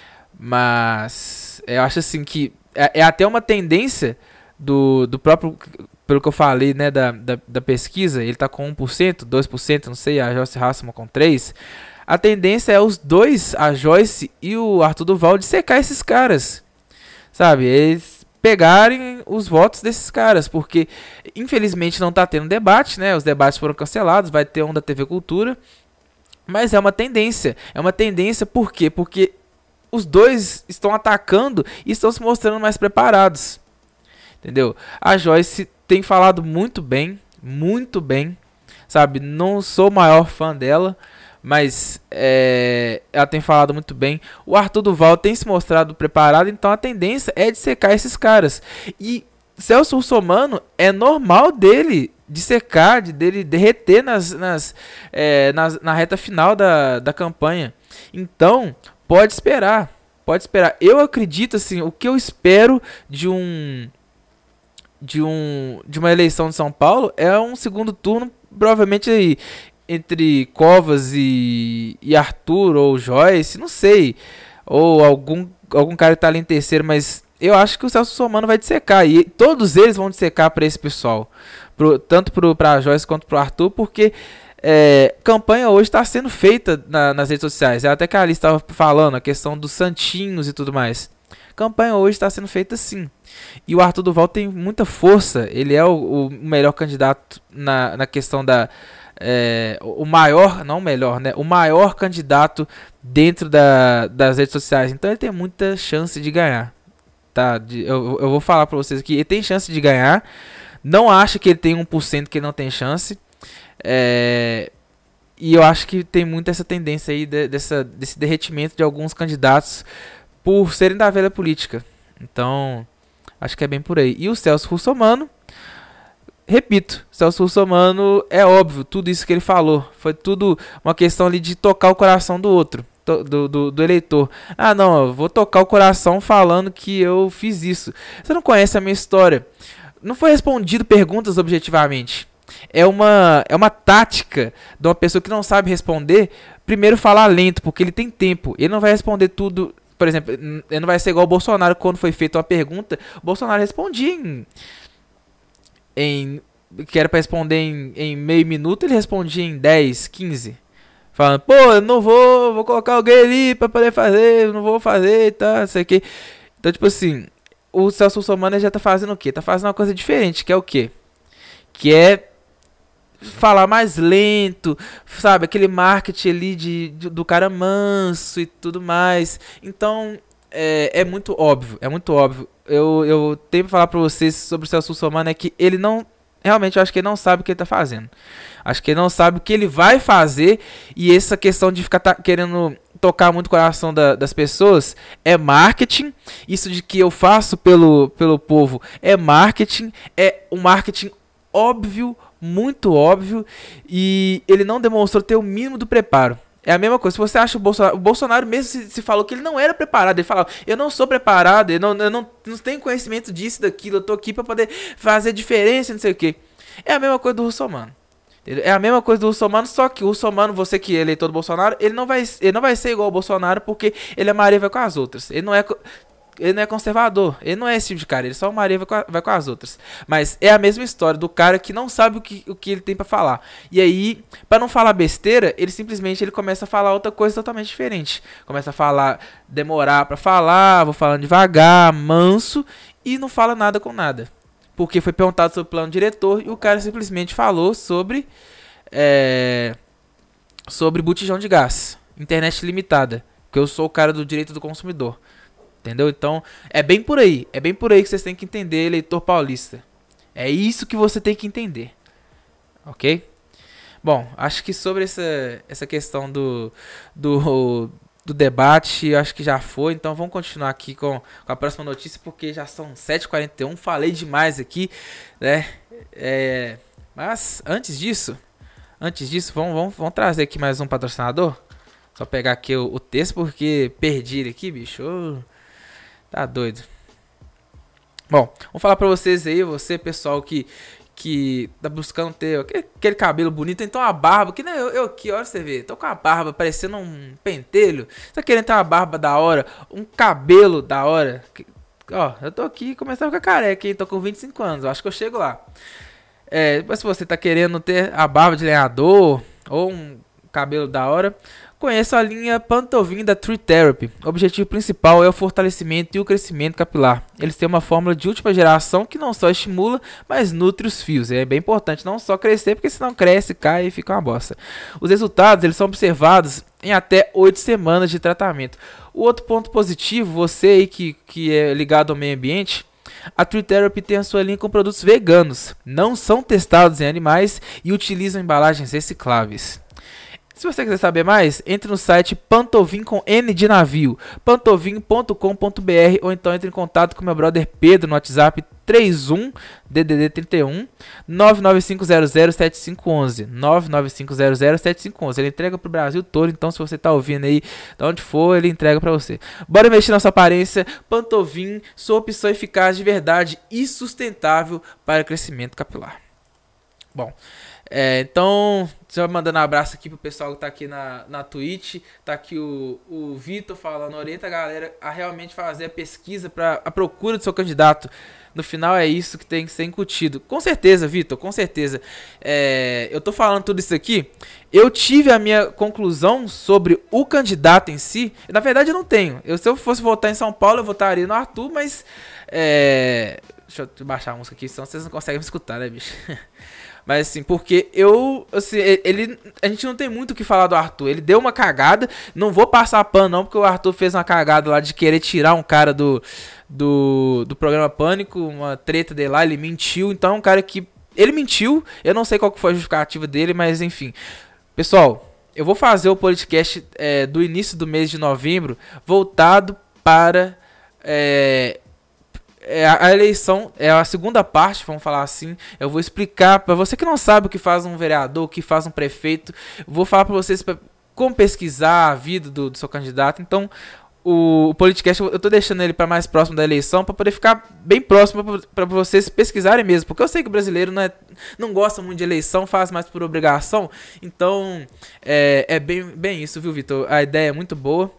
Mas eu acho assim que é até uma tendência do próprio, pelo que eu falei, né, da pesquisa, ele tá com 1%, 2%, não sei, a Joyce Hasselman com 3%. A tendência é os dois, a Joyce e o Arthur Duval, de secar esses caras, sabe? Eles pegarem os votos desses caras, porque infelizmente não tá tendo debate, né? Os debates foram cancelados, vai ter um da TV Cultura, mas é uma tendência. É uma tendência por quê? Porque os dois estão atacando e estão se mostrando mais preparados, entendeu? A Joyce tem falado muito bem, sabe? Não sou o maior fã dela, mas ela tem falado muito bem. O Arthur Duval tem se mostrado preparado, então a tendência é de secar esses caras. E Celso Russomano é normal dele de secar, dele derreter na reta final da campanha. Então, pode esperar. Eu acredito, assim, o que eu espero de uma eleição de São Paulo é um segundo turno, provavelmente aí, entre Covas e Arthur ou Joyce, não sei, ou algum cara que tá ali em terceiro, mas eu acho que o Celso Russomano vai dissecar, e todos eles vão dissecar para esse pessoal, tanto para Joyce quanto para Arthur, porque campanha hoje está sendo feita nas redes sociais. Até que a Alice estava falando a questão dos santinhos e tudo mais. Campanha hoje está sendo feita sim. E o Arthur Duval tem muita força. Ele é o melhor candidato na questão o maior, não o melhor, né? O maior candidato dentro das redes sociais. Então ele tem muita chance de ganhar. Tá? Eu vou falar para vocês aqui. Ele tem chance de ganhar. Não acho que ele tem 1% que ele não tem chance. E eu acho que tem muito essa tendência aí desse derretimento de alguns candidatos por serem da velha política. Então, acho que é bem por aí. E o Celso Russomano, repito, Celso Russomano, é óbvio, tudo isso que ele falou, foi tudo uma questão ali de tocar o coração do outro, do eleitor. Ah, não, eu vou tocar o coração falando que eu fiz isso. Você não conhece a minha história. Não foi respondido perguntas objetivamente. É uma tática de uma pessoa que não sabe responder, primeiro falar lento, porque ele tem tempo. Ele não vai responder tudo. Por exemplo, ele não vai ser igual o Bolsonaro, quando foi feita uma pergunta, o Bolsonaro respondia que era para responder em meio minuto, ele respondia em 10, 15. Falando, pô, eu não vou colocar alguém ali para poder fazer, eu não vou fazer e tal, não sei o que. Então, tipo assim, o Celso Russomano já tá fazendo o quê? Tá fazendo uma coisa diferente, que é o quê? Que é falar mais lento, sabe? Aquele marketing ali do cara manso e tudo mais. Então, é muito óbvio, Eu tenho pra falar pra vocês sobre o Celso Russomano, é que ele não realmente eu acho que ele não sabe o que ele tá fazendo. Acho que ele não sabe o que ele vai fazer. E essa questão de ficar querendo tocar muito o coração das pessoas é marketing. Isso de que eu faço pelo povo é marketing. É um marketing óbvio, muito óbvio. E ele não demonstrou ter o mínimo do preparo. É a mesma coisa. Se você acha o Bolsonaro mesmo se falou que ele não era preparado. Ele falava, eu não sou preparado, eu não tenho conhecimento disso, daquilo. Eu tô aqui pra poder fazer diferença, não sei o que. É a mesma coisa do russomano. É a mesma coisa do russomano, só que o russomano, você que é eleitor do Bolsonaro, ele não vai ser igual ao Bolsonaro porque ele é Maria vai com as outras. Ele não é conservador, ele não é esse tipo de cara, ele só Maria vai com as outras. Mas é a mesma história do cara que não sabe o que ele tem pra falar. E aí, pra não falar besteira, ele simplesmente começa a falar outra coisa totalmente diferente. Começa a falar, demorar pra falar, vou falando devagar, manso, e não fala nada com nada. Porque foi perguntado sobre o plano diretor e o cara simplesmente falou sobre botijão de gás, internet limitada, que eu sou o cara do direito do consumidor. Entendeu? Então, é bem por aí que vocês têm que entender, eleitor paulista. É isso que você tem que entender. Ok? Bom, acho que sobre essa questão do debate, acho que já foi. Então vamos continuar aqui com a próxima notícia, porque já são 7h41, falei demais aqui, né? Mas antes disso, vamos trazer aqui mais um patrocinador. Só pegar aqui o texto, porque perdi ele aqui, bicho. Tá doido. Bom, vamos falar pra vocês aí, você pessoal que tá buscando ter aquele cabelo bonito, então a barba, que nem eu aqui, olha você vê, tô com a barba parecendo um pentelho. Você tá querendo ter uma barba da hora, um cabelo da hora? Ó, eu tô aqui começando a ficar careca, hein? Tô com 25 anos, eu acho que eu chego lá. Mas se você tá querendo ter a barba de lenhador ou um cabelo da hora, conheça a linha Pantovin da Tree Therapy. O objetivo principal é o fortalecimento e o crescimento capilar. Eles têm uma fórmula de última geração que não só estimula, mas nutre os fios. É bem importante não só crescer, porque senão cresce, cai e fica uma bosta. Os resultados eles são observados em até 8 semanas de tratamento. O outro ponto positivo, você aí que é ligado ao meio ambiente, a Tree Therapy tem a sua linha com produtos veganos, não são testados em animais e utilizam embalagens recicláveis. Se você quiser saber mais, entre no site Pantovin com N de navio, pantovin.com.br, ou então entre em contato com meu brother Pedro no WhatsApp 31 DDD 31 995007511 995007511. Ele entrega pro Brasil todo, então se você tá ouvindo aí, de onde for, ele entrega pra você. Bora mexer na sua aparência. Pantovin, sua opção eficaz de verdade e sustentável para crescimento capilar. Bom, então, já mandando um abraço aqui pro pessoal que tá aqui na Twitch. Tá aqui o Vitor falando, orienta a galera a realmente fazer a pesquisa para a procura do seu candidato. No final é isso que tem que ser incutido. Com certeza, Vitor, com certeza. Eu tô falando tudo isso aqui. Eu tive a minha conclusão sobre o candidato em si. Na verdade eu não tenho. Se eu fosse votar em São Paulo, eu votaria no Arthur, mas... Deixa eu baixar a música aqui, senão vocês não conseguem me escutar, né, bicho? Mas assim, porque a gente não tem muito o que falar do Arthur. Ele deu uma cagada, não vou passar pano não, porque o Arthur fez uma cagada lá de querer tirar um cara do programa Pânico, uma treta dele lá, ele mentiu. Então é um cara que, ele mentiu, eu não sei qual que foi a justificativa dele, mas enfim. Pessoal, eu vou fazer o podcast do início do mês de novembro, voltado para... a eleição é a segunda parte, vamos falar assim. Eu vou explicar para você que não sabe o que faz um vereador, o que faz um prefeito. Eu vou falar para vocês como pesquisar a vida do seu candidato. Então, o podcast eu tô deixando ele para mais próximo da eleição, para poder ficar bem próximo para vocês pesquisarem mesmo, porque eu sei que o brasileiro não gosta muito de eleição, faz mais por obrigação. Então, é bem isso, viu, Vitor? A ideia é muito boa.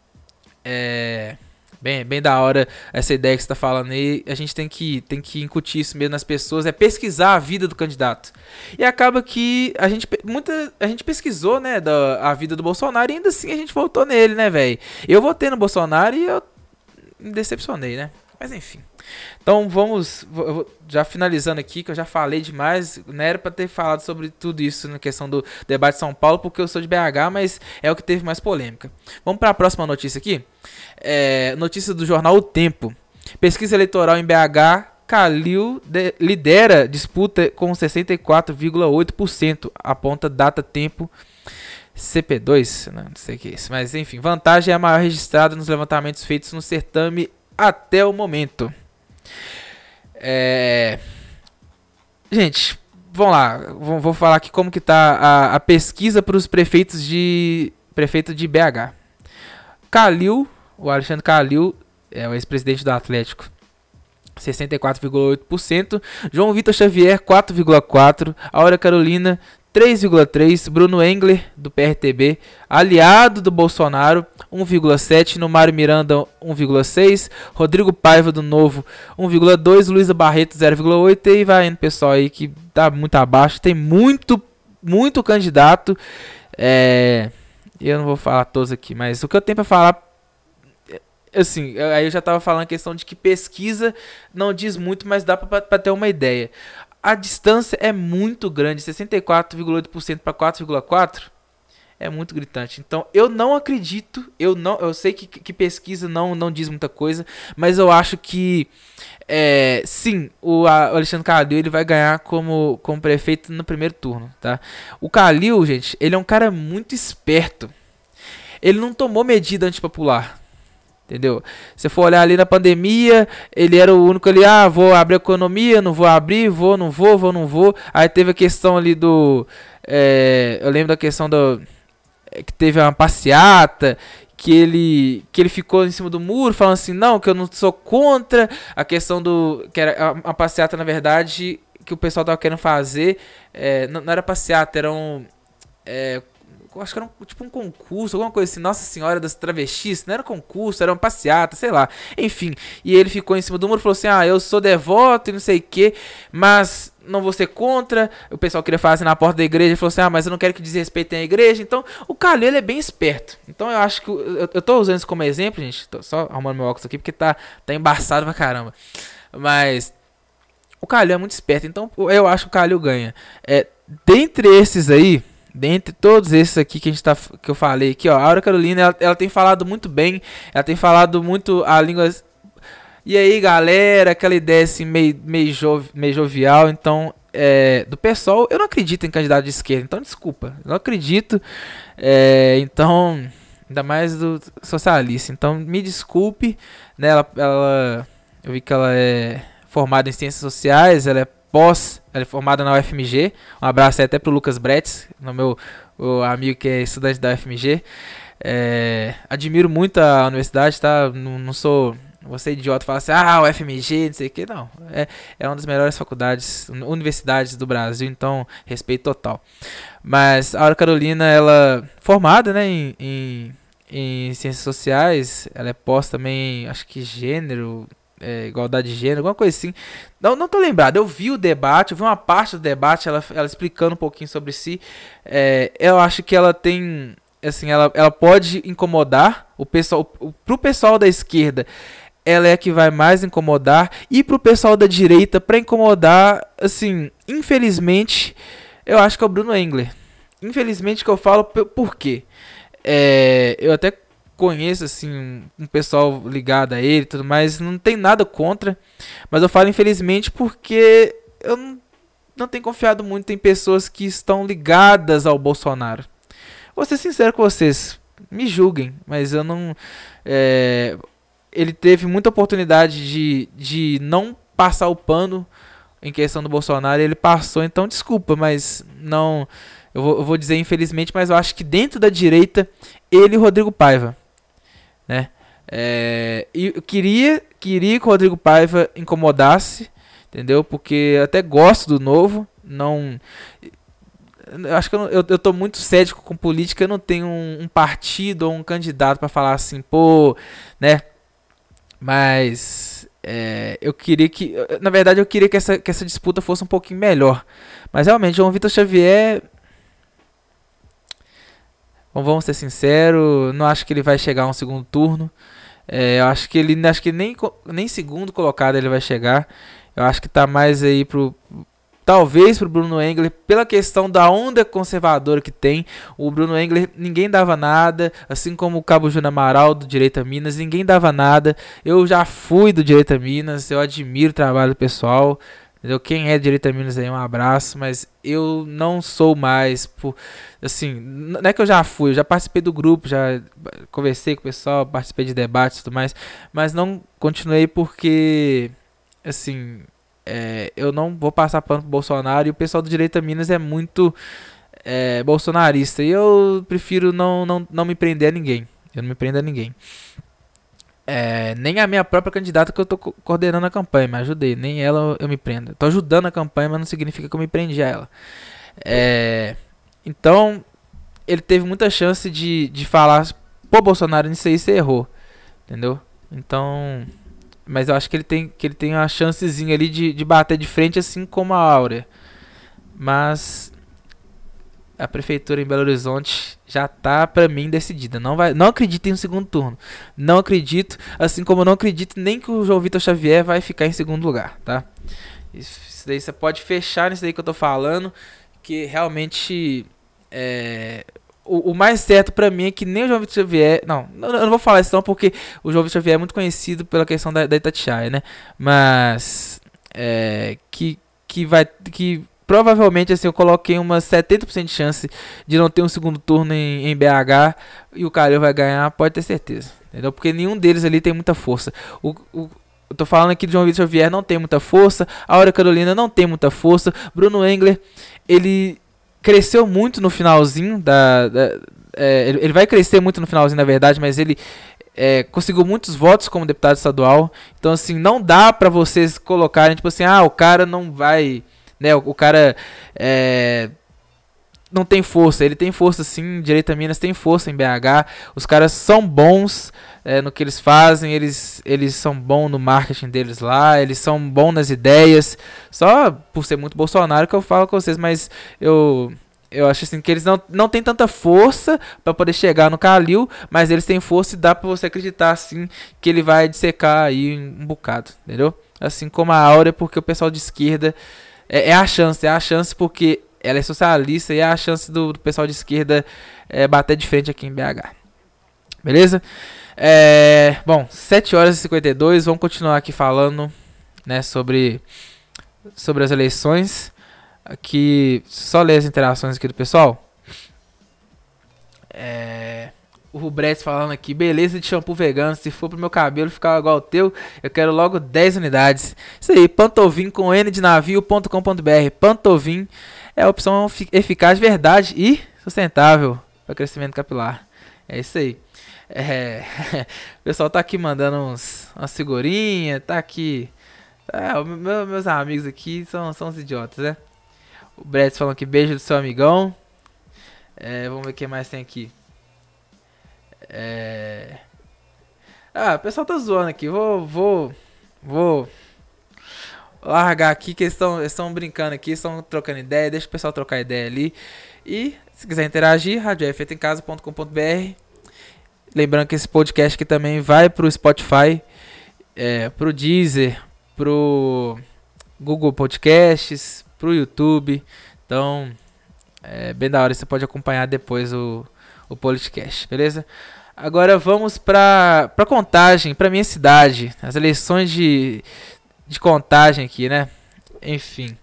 Bem da hora essa ideia que você tá falando aí. A gente tem que incutir isso mesmo nas pessoas, pesquisar a vida do candidato. E acaba que a gente pesquisou, né, a vida do Bolsonaro e ainda assim a gente votou nele, né, velho? Eu votei no Bolsonaro e eu me decepcionei, né? Mas enfim. Então já finalizando aqui, que eu já falei demais, não era pra ter falado sobre tudo isso na questão do debate de São Paulo, porque eu sou de BH, mas é o que teve mais polêmica. Vamos para a próxima notícia aqui. Notícia do jornal O Tempo. Pesquisa eleitoral em BH Calil lidera disputa com 64,8%, aponta data tempo CP2, não sei o que é isso, mas enfim, vantagem é a maior registrada nos levantamentos feitos no certame até o momento. Gente, vamos lá, vou falar aqui como que tá a pesquisa para os prefeito de BH. Calil, o Alexandre Calil, é o ex-presidente do Atlético, 64,8%, João Vitor Xavier, 4,4%, Aura Carolina, 3,3%, Bruno Engler, do PRTB, aliado do Bolsonaro, 1,7%, no Mário Miranda, 1,6%, Rodrigo Paiva, do Novo, 1,2%, Luísa Barreto, 0,8%, e vai indo pessoal aí que tá muito abaixo, tem muito candidato, eu não vou falar todos aqui, mas o que eu tenho para falar, assim, aí eu já tava falando a questão de que pesquisa não diz muito, mas dá para ter uma ideia. A distância é muito grande, 64,8% para 4,4% é muito gritante. Então eu não acredito, eu sei que pesquisa não diz muita coisa, mas eu acho que sim, o Alexandre Calil ele vai ganhar como prefeito no primeiro turno, tá? O Calil, gente, ele é um cara muito esperto. Ele não tomou medida antipopular. Entendeu? Se for olhar ali na pandemia, ele era o único ali, vou abrir a economia, não vou abrir, não vou. Aí teve a questão ali eu lembro da questão que teve uma passeata, que ele ficou em cima do muro, falando assim, não, que eu não sou contra a questão que era uma passeata, na verdade, que o pessoal tava querendo fazer, não era passeata, era acho que era tipo um concurso, alguma coisa assim, Nossa Senhora das Travestis, não era concurso, era uma passeata, sei lá, enfim, e ele ficou em cima do muro e falou assim, eu sou devoto e não sei o que, mas não vou ser contra, o pessoal queria fazer na porta da igreja, ele falou assim, mas eu não quero que desrespeitem a igreja, então o Calil ele é bem esperto, então eu acho que, eu tô usando isso como exemplo, gente, tô só arrumando meu óculos aqui, porque tá embaçado pra caramba, mas o Calil é muito esperto, então eu acho que o Calil ganha. Dentre esses aí, dentre todos esses aqui que eu falei aqui, ó, a Aura Carolina, ela tem falado muito bem, ela tem falado muito a língua. E aí, galera, aquela ideia assim meio jovial, então, do PSOL, eu não acredito em candidato de esquerda, então desculpa, eu não acredito, então, ainda mais do socialista, então me desculpe, né, eu vi que ela é formada em Ciências Sociais, ela é formada na UFMG. Um abraço aí até pro Lucas Bretz, o amigo que é estudante da UFMG. Admiro muito a universidade, tá? Não sou... Você idiota fala assim, UFMG, não sei o que. Não, é uma das melhores universidades do Brasil, então respeito total. Mas a Aura Carolina, ela formada, né, em Ciências Sociais, ela é pós também, acho que gênero... igualdade de gênero, alguma coisa assim. Não tô lembrado, eu vi o debate, eu vi uma parte do debate, ela explicando um pouquinho sobre si. Eu acho que ela tem, assim, ela pode incomodar o pessoal, pro pessoal da esquerda, ela é a que vai mais incomodar, e pro pessoal da direita, para incomodar, assim, infelizmente, eu acho que é o Bruno Engler. Infelizmente que eu falo, por quê? Eu até conheço assim um pessoal ligado a ele e tudo mais, não tem nada contra, mas eu falo infelizmente porque eu não tenho confiado muito em pessoas que estão ligadas ao Bolsonaro. Vou ser sincero com vocês, me julguem, mas eu não... ele teve muita oportunidade de não passar o pano em questão do Bolsonaro, e ele passou, então desculpa, mas não... Eu vou dizer infelizmente, mas eu acho que dentro da direita, ele e o Rodrigo Paiva, né? E eu queria que o Rodrigo Paiva incomodasse, entendeu? Porque eu até gosto do Novo, não... Eu acho que eu tô muito cético com política, eu não tenho um partido ou um candidato para falar assim, né? Mas eu queria que... Na verdade, eu queria que essa disputa fosse um pouquinho melhor. Mas realmente, João Vitor Xavier... Vamos ser sinceros, não acho que ele vai chegar a um segundo turno. Eu acho que nem segundo colocado ele vai chegar. Eu acho que tá mais aí talvez para o Bruno Engler, pela questão da onda conservadora que tem. O Bruno Engler, ninguém dava nada, assim como o Cabo Júnior Amaral do Direita Minas, ninguém dava nada. Eu já fui do Direita Minas, eu admiro o trabalho do pessoal, entendeu? Quem é do Direita Minas aí, um abraço, mas eu não sou mais, assim, não é que eu já fui, eu já participei do grupo, já conversei com o pessoal, participei de debates e tudo mais, mas não continuei porque, assim... eu não vou passar pano pro Bolsonaro, e o pessoal do Direita Minas é muito bolsonarista, e eu prefiro não me prender a ninguém. Eu não me prendo a ninguém. Nem a minha própria candidata, que eu tô coordenando a campanha, me ajudei, nem ela eu me prendo. Eu tô ajudando a campanha, mas não significa que eu me prendi a ela. Então, ele teve muita chance de falar, pô, Bolsonaro, nisso aí você errou, entendeu? Então... Mas eu acho que ele tem uma chancezinha ali de bater de frente, assim como a Áurea. Mas a prefeitura em Belo Horizonte já tá, pra mim, decidida. Não acredito em um segundo turno. Não acredito, assim como eu não acredito nem que o João Vitor Xavier vai ficar em segundo lugar, tá? Isso daí você pode fechar nisso daí que eu tô falando, que realmente o mais certo pra mim é que nem o João Vitor Xavier... Não, eu não vou falar isso não, porque o João Vitor Xavier é muito conhecido pela questão da Itatiaia, né? Mas... que provavelmente, assim, eu coloquei umas 70% de chance de não ter um segundo turno em BH, e o Calil vai ganhar, pode ter certeza, entendeu? Porque nenhum deles ali tem muita força. Eu tô falando aqui do João Vitor Xavier, não tem muita força. A Áurea Carolina não tem muita força. Bruno Engler, ele... cresceu muito no finalzinho ele vai crescer muito no finalzinho, na verdade, mas ele conseguiu muitos votos como deputado estadual. Então, assim, não dá pra vocês colocarem, tipo assim, o cara não vai, né, o cara não tem força. Ele tem força sim, Direita Minas tem força em BH. Os caras são bons no que eles fazem, eles são bons no marketing deles lá, eles são bons nas ideias. Só por ser muito Bolsonaro que eu falo com vocês, mas eu acho assim que eles não têm tanta força para poder chegar no Calil, mas eles têm força e dá para você acreditar assim que ele vai dissecar aí um bocado, entendeu? Assim como a Áurea, porque o pessoal de esquerda é a chance porque ela é socialista, e é a chance do pessoal de esquerda bater de frente aqui em BH. Beleza? Bom, 7h52, vamos continuar aqui falando, né, sobre as eleições. Aqui, só ler as interações aqui do pessoal. O Rubretes falando aqui, beleza de shampoo vegano, se for pro meu cabelo ficar igual ao teu, eu quero logo 10 unidades. Isso aí, Pantovin com ndnavio.com.br. Pantovin é a opção eficaz, verdade e sustentável para crescimento capilar. É isso aí. O pessoal tá aqui mandando umas figurinhas, tá aqui. Meus amigos aqui são uns idiotas, né? O Brett falando aqui, beijo do seu amigão. Vamos ver o que mais tem aqui. O pessoal tá zoando aqui. Vou largar aqui, que eles estão brincando aqui, estão trocando ideia. Deixa o pessoal trocar ideia ali. E se quiser interagir, radiofeitoemcasa.com.br. Lembrando que esse podcast aqui também vai pro Spotify, pro Deezer, pro Google Podcasts, pro YouTube. Então, bem da hora, você pode acompanhar depois o podcast, beleza? Agora vamos pra Contagem, pra minha cidade. As eleições de Contagem aqui, né? Enfim.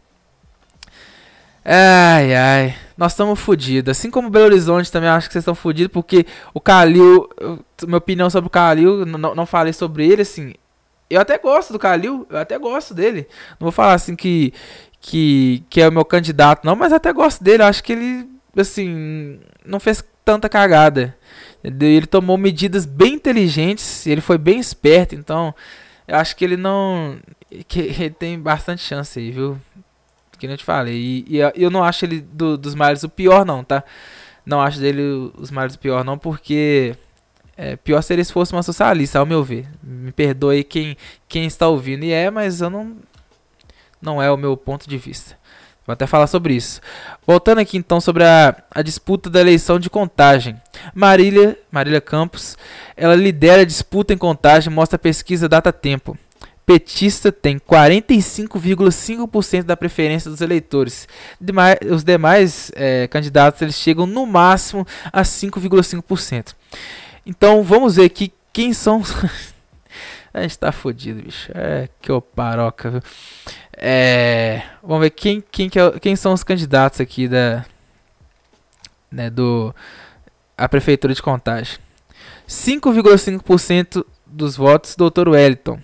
Ai, nós estamos fodidos. Assim como Belo Horizonte também, acho que vocês estão fodidos, porque o Calil, minha opinião sobre o Calil, não falei sobre ele, assim. Eu até gosto do Calil, eu até gosto dele. Não vou falar assim que é o meu candidato, não, mas até gosto dele. Eu acho que ele, assim, não fez tanta cagada. Ele tomou medidas bem inteligentes, ele foi bem esperto, então eu acho que ele ele tem bastante chance aí, viu? Que nem eu te falei. E eu não acho ele dos males o pior, não, tá? Não acho dele os males o pior, não, porque pior seria se fosse uma socialista, ao meu ver. Me perdoe quem está ouvindo, mas eu não é o meu ponto de vista. Vou até falar sobre isso. Voltando aqui então sobre a disputa da eleição de Contagem. Marília Campos, ela lidera a disputa em Contagem, mostra a pesquisa Data Tempo. petista tem 45,5% da preferência dos eleitores. Os demais candidatos eles chegam no máximo a 5,5%. Então vamos ver aqui quem são... A gente tá fodido, bicho. Que oparoca, viu? Vamos ver quem são os candidatos aqui a Prefeitura de Contagem. 5,5% dos votos, Dr. Wellington.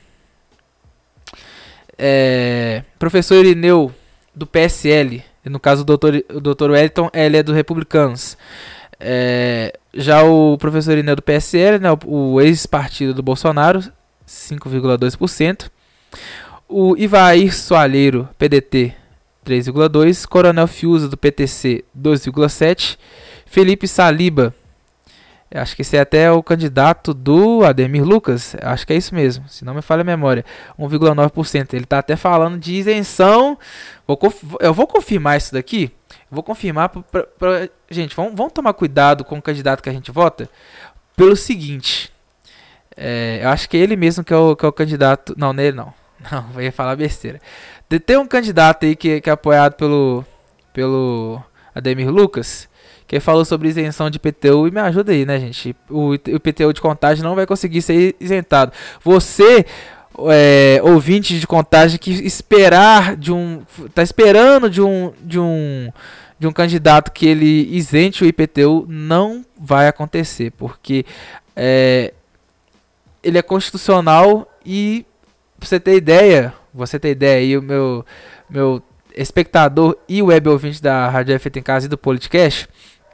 Professor Irineu, do PSL. No caso, o Dr. Wellington, ele é do Republicanos. Já o professor Irineu do PSL, né, o ex-partido do Bolsonaro, 5,2%. O Ivair Soalheiro, PDT, 3,2%. Coronel Fiuza, do PTC, 2,7%. Felipe Saliba, acho que esse é até o candidato do Ademir Lucas, acho que é isso mesmo, se não me falha a memória, 1,9%. Ele está até falando de isenção. Eu vou confirmar isso daqui. Vou confirmar gente, vamos tomar cuidado com o candidato que a gente vota. Pelo seguinte, eu acho que é ele mesmo que é o candidato. Não, nele não. Não, eu ia falar besteira. Tem um candidato aí que é apoiado pelo Ademir Lucas, que falou sobre isenção de IPTU, e me ajuda aí, né, gente? O IPTU de Contagem não vai conseguir ser isentado. Você, ouvinte de Contagem, que tá esperando de um candidato que ele isente o IPTU, não vai acontecer, porque ele é constitucional. E pra você ter ideia aí, o meu espectador e web ouvinte da Rádio Web Feita em Casa e do Politicast,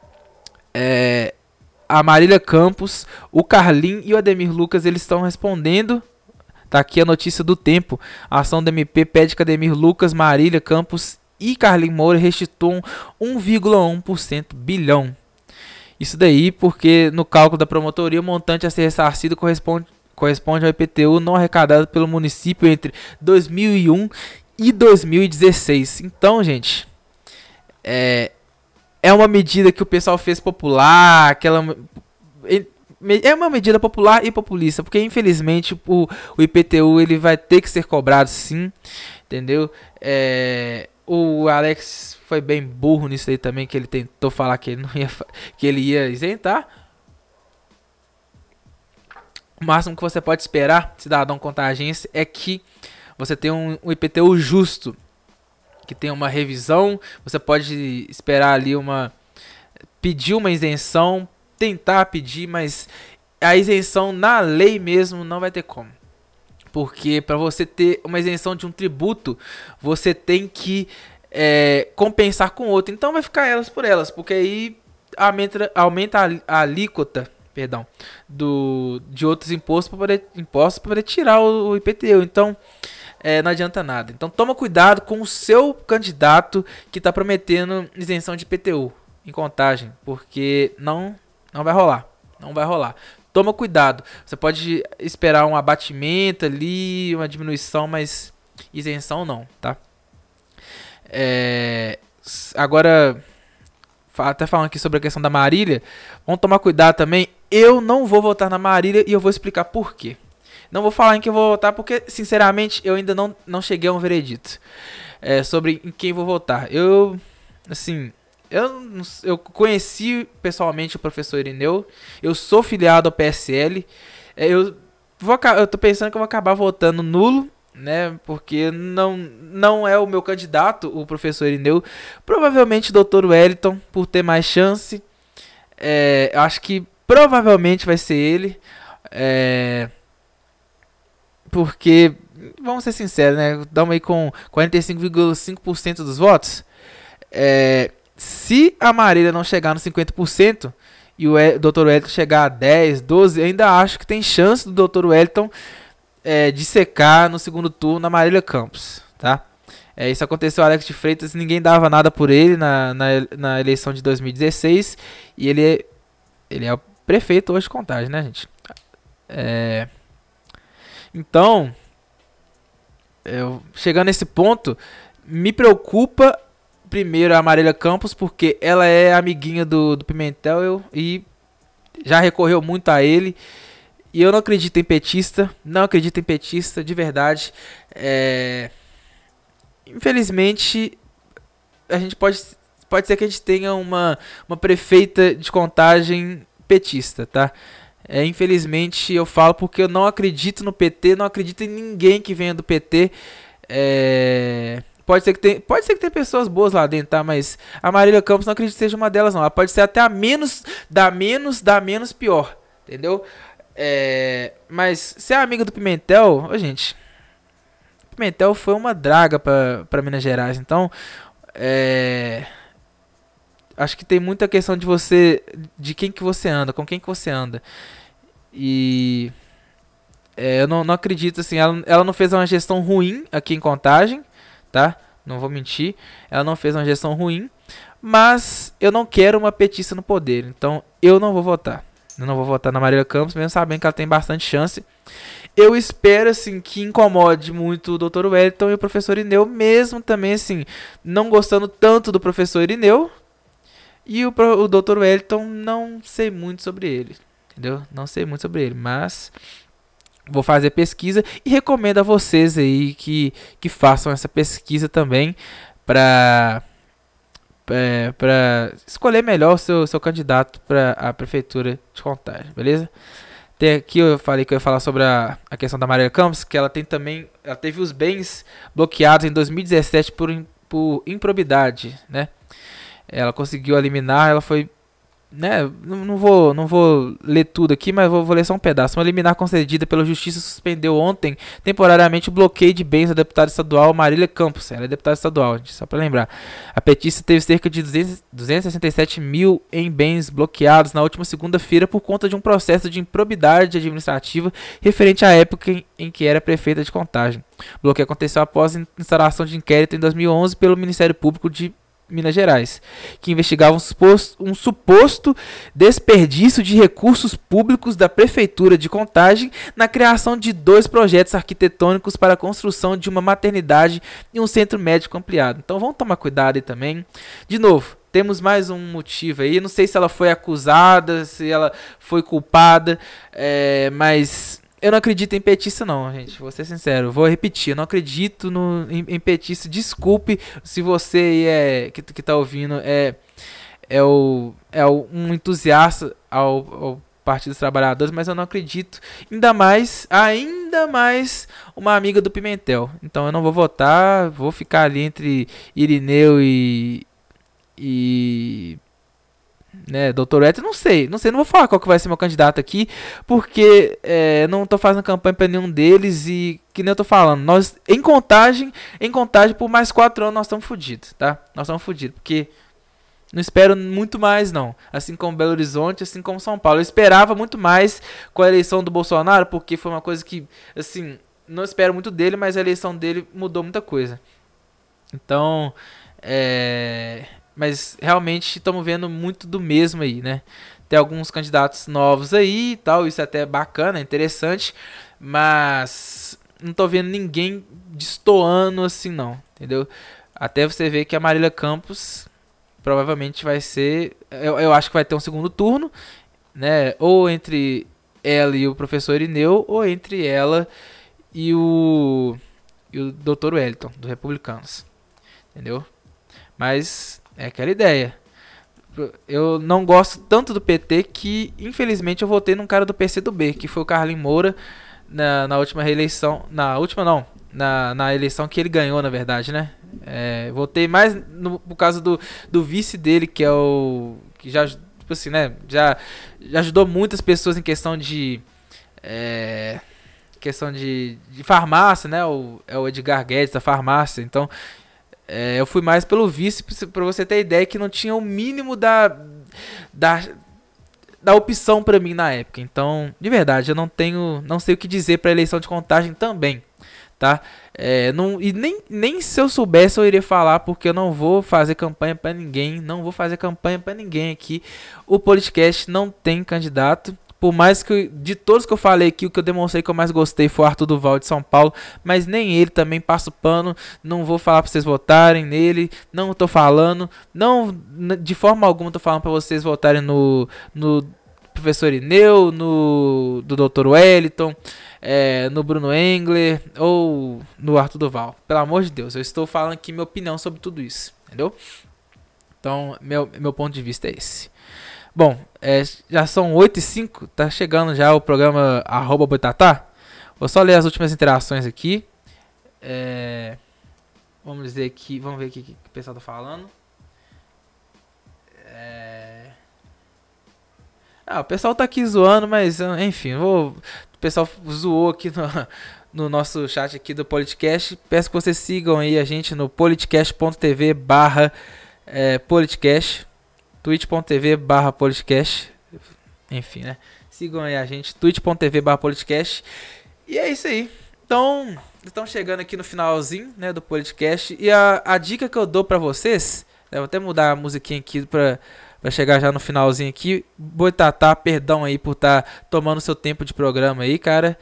a Marília Campos, o Carlin e o Ademir Lucas, eles estão respondendo. Tá aqui a notícia do Tempo. A ação do MP pede que Ademir Lucas, Marília Campos e Carlin Moura restituam 1,1% bilhão. Isso daí porque no cálculo da promotoria o montante a ser ressarcido corresponde ao IPTU não arrecadado pelo município entre 2001 e 2016. Então, gente, é uma medida que o pessoal fez popular, é uma medida popular e populista, porque infelizmente o IPTU ele vai ter que ser cobrado, sim, entendeu? O Alex foi bem burro nisso aí também, que ele tentou falar que ele ia isentar. O máximo que você pode esperar, cidadão contagense, é que você tenha um IPTU justo, que tenha uma revisão. Você pode esperar ali pedir uma isenção, tentar pedir, mas a isenção na lei mesmo não vai ter como. Porque para você ter uma isenção de um tributo, você tem que compensar com outro. Então vai ficar elas por elas, porque aí aumenta a alíquota, de outros impostos para poder tirar o IPTU. Então não adianta nada. Então toma cuidado com o seu candidato que está prometendo isenção de IPTU em Contagem, porque não vai rolar. Não vai rolar. Toma cuidado. Você pode esperar um abatimento ali, uma diminuição, mas isenção não, tá? Agora, até falando aqui sobre a questão da Marília, vamos tomar cuidado também. Eu não vou votar na Marília e eu vou explicar por quê. Não vou falar em quem eu vou votar porque, sinceramente, eu ainda não cheguei a um veredito sobre em quem vou votar. Eu conheci pessoalmente o professor Irineu. Eu sou filiado ao PSL. Eu tô pensando que eu vou acabar votando nulo, né? Porque não é o meu candidato, o professor Irineu. Provavelmente o Dr. Wellington, por ter mais chance. Eu acho que provavelmente vai ser ele. Porque, vamos ser sinceros, né? Estamos aí com 45,5% dos votos. Se a Marília não chegar nos 50% e o Dr. Wellington chegar a 10, 12, ainda acho que tem chance do Dr. Wellington de secar no segundo turno a Marília Campos, tá? Isso aconteceu com o Alex de Freitas, ninguém dava nada por ele na eleição de 2016 e ele é o prefeito hoje de Contagem, né, gente? Então, chegando nesse ponto, me preocupa primeiro a Marília Campos, porque ela é amiguinha do Pimentel e já recorreu muito a ele. E eu não acredito em petista, de verdade. Infelizmente, a gente pode ser que a gente tenha uma prefeita de Contagem petista, tá? Infelizmente eu falo porque eu não acredito no PT, não acredito em ninguém que venha do PT. Pode ser que tenha pessoas boas lá dentro, tá? Mas a Marília Campos não acredito que seja uma delas, não. Ela pode ser até a menos pior, entendeu? Mas ser amiga do Pimentel, gente, Pimentel foi uma draga pra Minas Gerais, então acho que tem muita questão de quem que você anda, com quem que você anda. E eu não acredito, assim, ela não fez uma gestão ruim aqui em Contagem, tá? Não vou mentir, ela não fez uma gestão ruim, mas eu não quero uma petista no poder, então eu não vou votar. Eu não vou votar na Marília Campos, mesmo sabendo que ela tem bastante chance. Eu espero, assim, que incomode muito o Dr. Wellington e o professor Irineu, mesmo também, assim, não gostando tanto do professor Irineu. E o Dr. Wellington, não sei muito sobre ele, entendeu? Não sei muito sobre ele, mas vou fazer pesquisa e recomendo a vocês aí que façam essa pesquisa também para escolher melhor o seu candidato para a prefeitura de Contagem, beleza? Aqui eu falei que eu ia falar sobre a questão da Marília Campos, que ela teve os bens bloqueados em 2017 por improbidade, né? Ela conseguiu eliminar, ela foi, né, não vou ler tudo aqui, mas vou ler só um pedaço. Uma liminar concedida pela Justiça suspendeu ontem temporariamente o bloqueio de bens da deputada estadual Marília Campos. Ela é deputada estadual, só para lembrar. A petista teve cerca de 267 mil em bens bloqueados na última segunda-feira por conta de um processo de improbidade administrativa referente à época em que era prefeita de Contagem. O bloqueio aconteceu após a instalação de inquérito em 2011 pelo Ministério Público de Minas Gerais, que investigava um suposto desperdício de recursos públicos da Prefeitura de Contagem na criação de 2 projetos arquitetônicos para a construção de uma maternidade e um centro médico ampliado. Então vamos tomar cuidado aí também. De novo, temos mais um motivo aí, não sei se ela foi acusada, se ela foi culpada, mas eu não acredito em petista não, gente, vou ser sincero, vou repetir, eu não acredito em petista. Desculpe se você que tá ouvindo um entusiasta ao Partido dos Trabalhadores, mas eu não acredito, ainda mais uma amiga do Pimentel. Então eu não vou votar, vou ficar ali entre Irineu e né, Dr. Wellington, não sei, não vou falar qual que vai ser meu candidato aqui, porque não tô fazendo campanha para nenhum deles e, que nem eu tô falando, nós em Contagem por mais 4 anos nós estamos fodidos, tá? Nós estamos fodidos, porque não espero muito mais não, assim como Belo Horizonte, assim como São Paulo. Eu esperava muito mais com a eleição do Bolsonaro, porque foi uma coisa que, assim, não espero muito dele, mas a eleição dele mudou muita coisa. Então, mas realmente estamos vendo muito do mesmo aí, né? Tem alguns candidatos novos aí e tal, isso é até bacana, interessante, mas não tô vendo ninguém destoando assim não, entendeu? Até você ver que a Marília Campos provavelmente vai ser, eu acho que vai ter um segundo turno, né? Ou entre ela e o professor Irineu, ou entre ela e o Dr. Wellington, do Republicanos, entendeu? Mas é aquela ideia. Eu não gosto tanto do PT que, infelizmente, eu votei num cara do PCdoB, que foi o Carlinhos Moura, na última reeleição. Na última não, na eleição que ele ganhou, na verdade, né? Votei mais por causa do vice dele, que é o... que já, tipo assim, né? Já ajudou muitas pessoas em questão de... questão de farmácia, né? É o Edgar Guedes da farmácia. Então, eu fui mais pelo vice, pra você ter ideia que não tinha o mínimo da opção pra mim na época. Então, de verdade, eu não sei o que dizer pra eleição de Contagem também, tá? E nem se eu soubesse eu iria falar, porque eu não vou fazer campanha pra ninguém, aqui. O Politicast não tem candidato. Por mais que de todos que eu falei aqui, o que eu demonstrei que eu mais gostei foi o Arthur Duval de São Paulo, mas nem ele, também passo pano, não vou falar para vocês votarem nele, não tô falando, não, de forma alguma tô falando para vocês votarem no professor Ineu, do Dr. Wellington, no Bruno Engler ou no Arthur Duval. Pelo amor de Deus, eu estou falando aqui minha opinião sobre tudo isso, entendeu? Então, meu ponto de vista é esse. Bom, já são 8h05, tá chegando já o programa @boitatá. Vou só ler as últimas interações aqui. Vamos ver aqui o que o pessoal tá falando. O pessoal tá aqui zoando, mas enfim, o pessoal zoou aqui no nosso chat aqui do Politicast. Peço que vocês sigam aí a gente no politicast.tv/politicast, twitch.tv/politicast, enfim, né? Sigam aí a gente, twitch.tv/politicast. E é isso aí. Então, estamos chegando aqui no finalzinho, né, do Politicast. E a dica que eu dou pra vocês, né, vou até mudar a musiquinha aqui pra chegar já no finalzinho aqui. Boitatá, perdão aí por estar tomando seu tempo de programa aí, cara.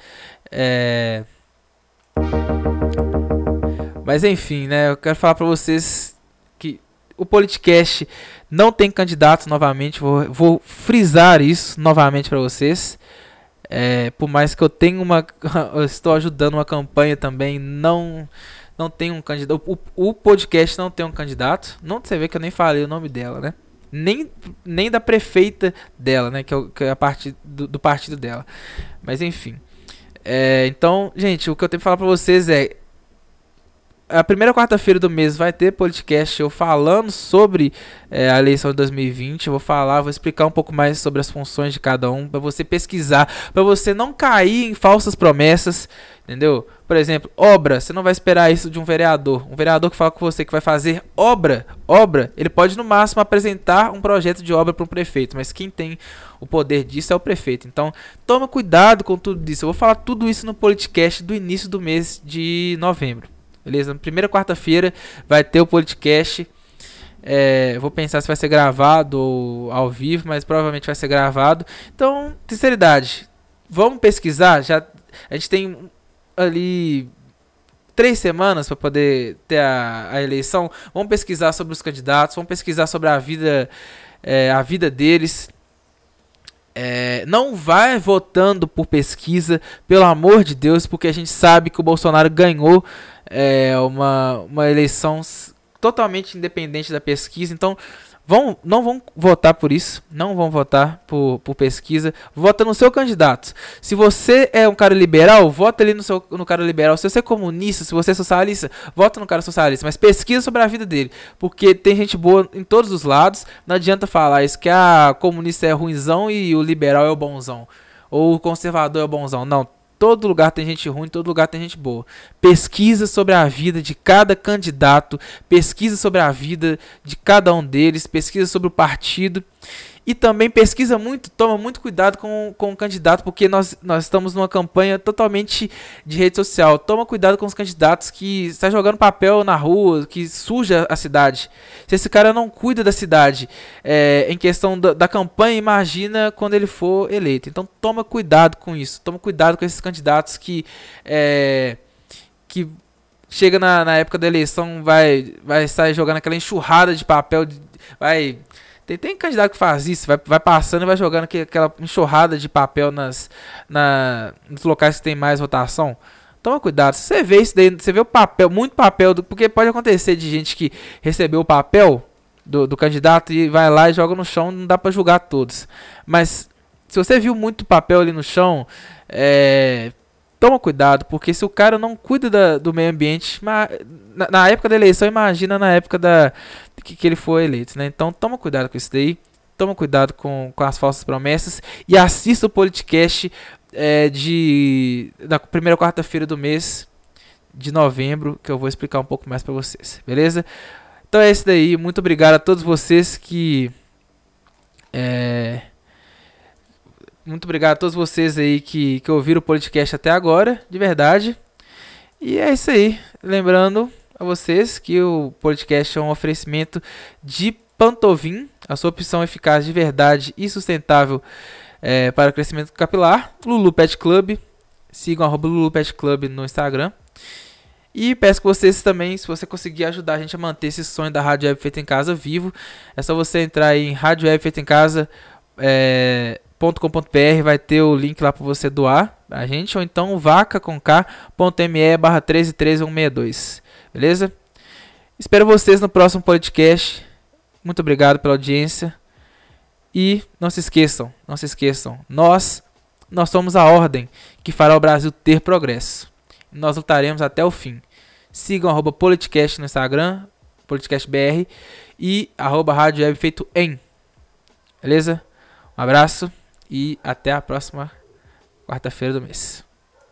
Mas enfim, né, eu quero falar pra vocês que o Politicast não tem candidato novamente. Vou frisar isso novamente pra vocês. Por mais que eu tenha eu estou ajudando uma campanha também, não tem um candidato. O podcast não tem um candidato. Não, você vê que eu nem falei o nome dela, né? Nem da prefeita dela, né? Que é a parte do partido dela. Mas enfim. Então, gente, o que eu tenho que falar pra vocês a primeira quarta-feira do mês vai ter podcast eu falando sobre a eleição de 2020. Eu vou explicar um pouco mais sobre as funções de cada um, para você pesquisar, para você não cair em falsas promessas, entendeu? Por exemplo, obra, você não vai esperar isso de um vereador. Um vereador que fala com você que vai fazer obra, ele pode no máximo apresentar um projeto de obra para um prefeito, mas quem tem o poder disso é o prefeito. Então, toma cuidado com tudo isso. Eu vou falar tudo isso no podcast do início do mês de novembro. Beleza? Na primeira quarta-feira vai ter o podcast. Vou pensar se vai ser gravado ou ao vivo, mas provavelmente vai ser gravado. Então, sinceridade, vamos pesquisar. A gente tem ali 3 semanas para poder ter a eleição. Vamos pesquisar sobre os candidatos, vamos pesquisar sobre a vida deles. Não vai votando por pesquisa, pelo amor de Deus, porque a gente sabe que o Bolsonaro ganhou uma eleição totalmente independente da pesquisa. Então não vão votar por isso, não vão votar por pesquisa. Vota no seu candidato. Se você é um cara liberal, vota ali no cara liberal. Se você é comunista, se você é socialista, vota no cara socialista, mas pesquisa sobre a vida dele, porque tem gente boa em todos os lados. Não adianta falar isso, que a comunista é ruinzão e o liberal é o bonzão, ou o conservador é o bonzão. Não, todo lugar tem gente ruim, todo lugar tem gente boa. Pesquisa sobre a vida de cada candidato, pesquisa sobre a vida de cada um deles, pesquisa sobre o partido. E também pesquisa muito, toma muito cuidado com o candidato, porque nós estamos numa campanha totalmente de rede social. Toma cuidado com os candidatos que estão jogando papel na rua, que suja a cidade. Se esse cara não cuida da cidade em questão da campanha, imagina quando ele for eleito. Então toma cuidado com isso, toma cuidado com esses candidatos que chega na época da eleição, vai sair jogando aquela enxurrada de papel, Tem candidato que faz isso, vai passando e vai jogando aquela enxurrada de papel nos locais que tem mais votação. Toma cuidado. Se você vê isso daí, você vê o papel, muito papel, porque pode acontecer de gente que recebeu o papel do candidato e vai lá e joga no chão, não dá pra julgar todos. Mas se você viu muito papel ali no chão, toma cuidado, porque se o cara não cuida do meio ambiente, na época da eleição, imagina na época que ele foi eleito, né? Então toma cuidado com isso daí, toma cuidado com as falsas promessas e assista o Politicast da primeira quarta-feira do mês de novembro, que eu vou explicar um pouco mais pra vocês, beleza? Então é isso daí, muito obrigado a todos vocês Muito obrigado a todos vocês aí que ouviram o podcast até agora, de verdade. E é isso aí. Lembrando a vocês que o podcast é um oferecimento de Pantovin, a sua opção eficaz de verdade e sustentável para o crescimento capilar. Lulu Pet Club. Sigam @Lulu Pet Club no Instagram. E peço que vocês também, se você conseguir ajudar a gente a manter esse sonho da Rádio Web Feita em Casa vivo, é só você entrar em Rádio Web Feita em Casa vaca.com.br vai ter o link lá para você doar a gente, ou então vaca.me/1333162, beleza? Espero vocês no próximo podcast. Muito obrigado pela audiência. E não se esqueçam, nós somos a ordem que fará o Brasil ter progresso. Nós lutaremos até o fim. Sigam @politicast no Instagram, politicastbr, e @rádio web feito em. Beleza? Um abraço e até a próxima quarta-feira do mês.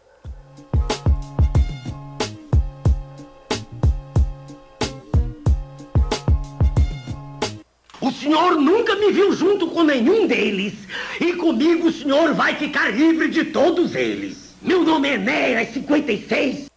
O senhor nunca me viu junto com nenhum deles. E comigo o senhor vai ficar livre de todos eles. Meu nome é Enéas 56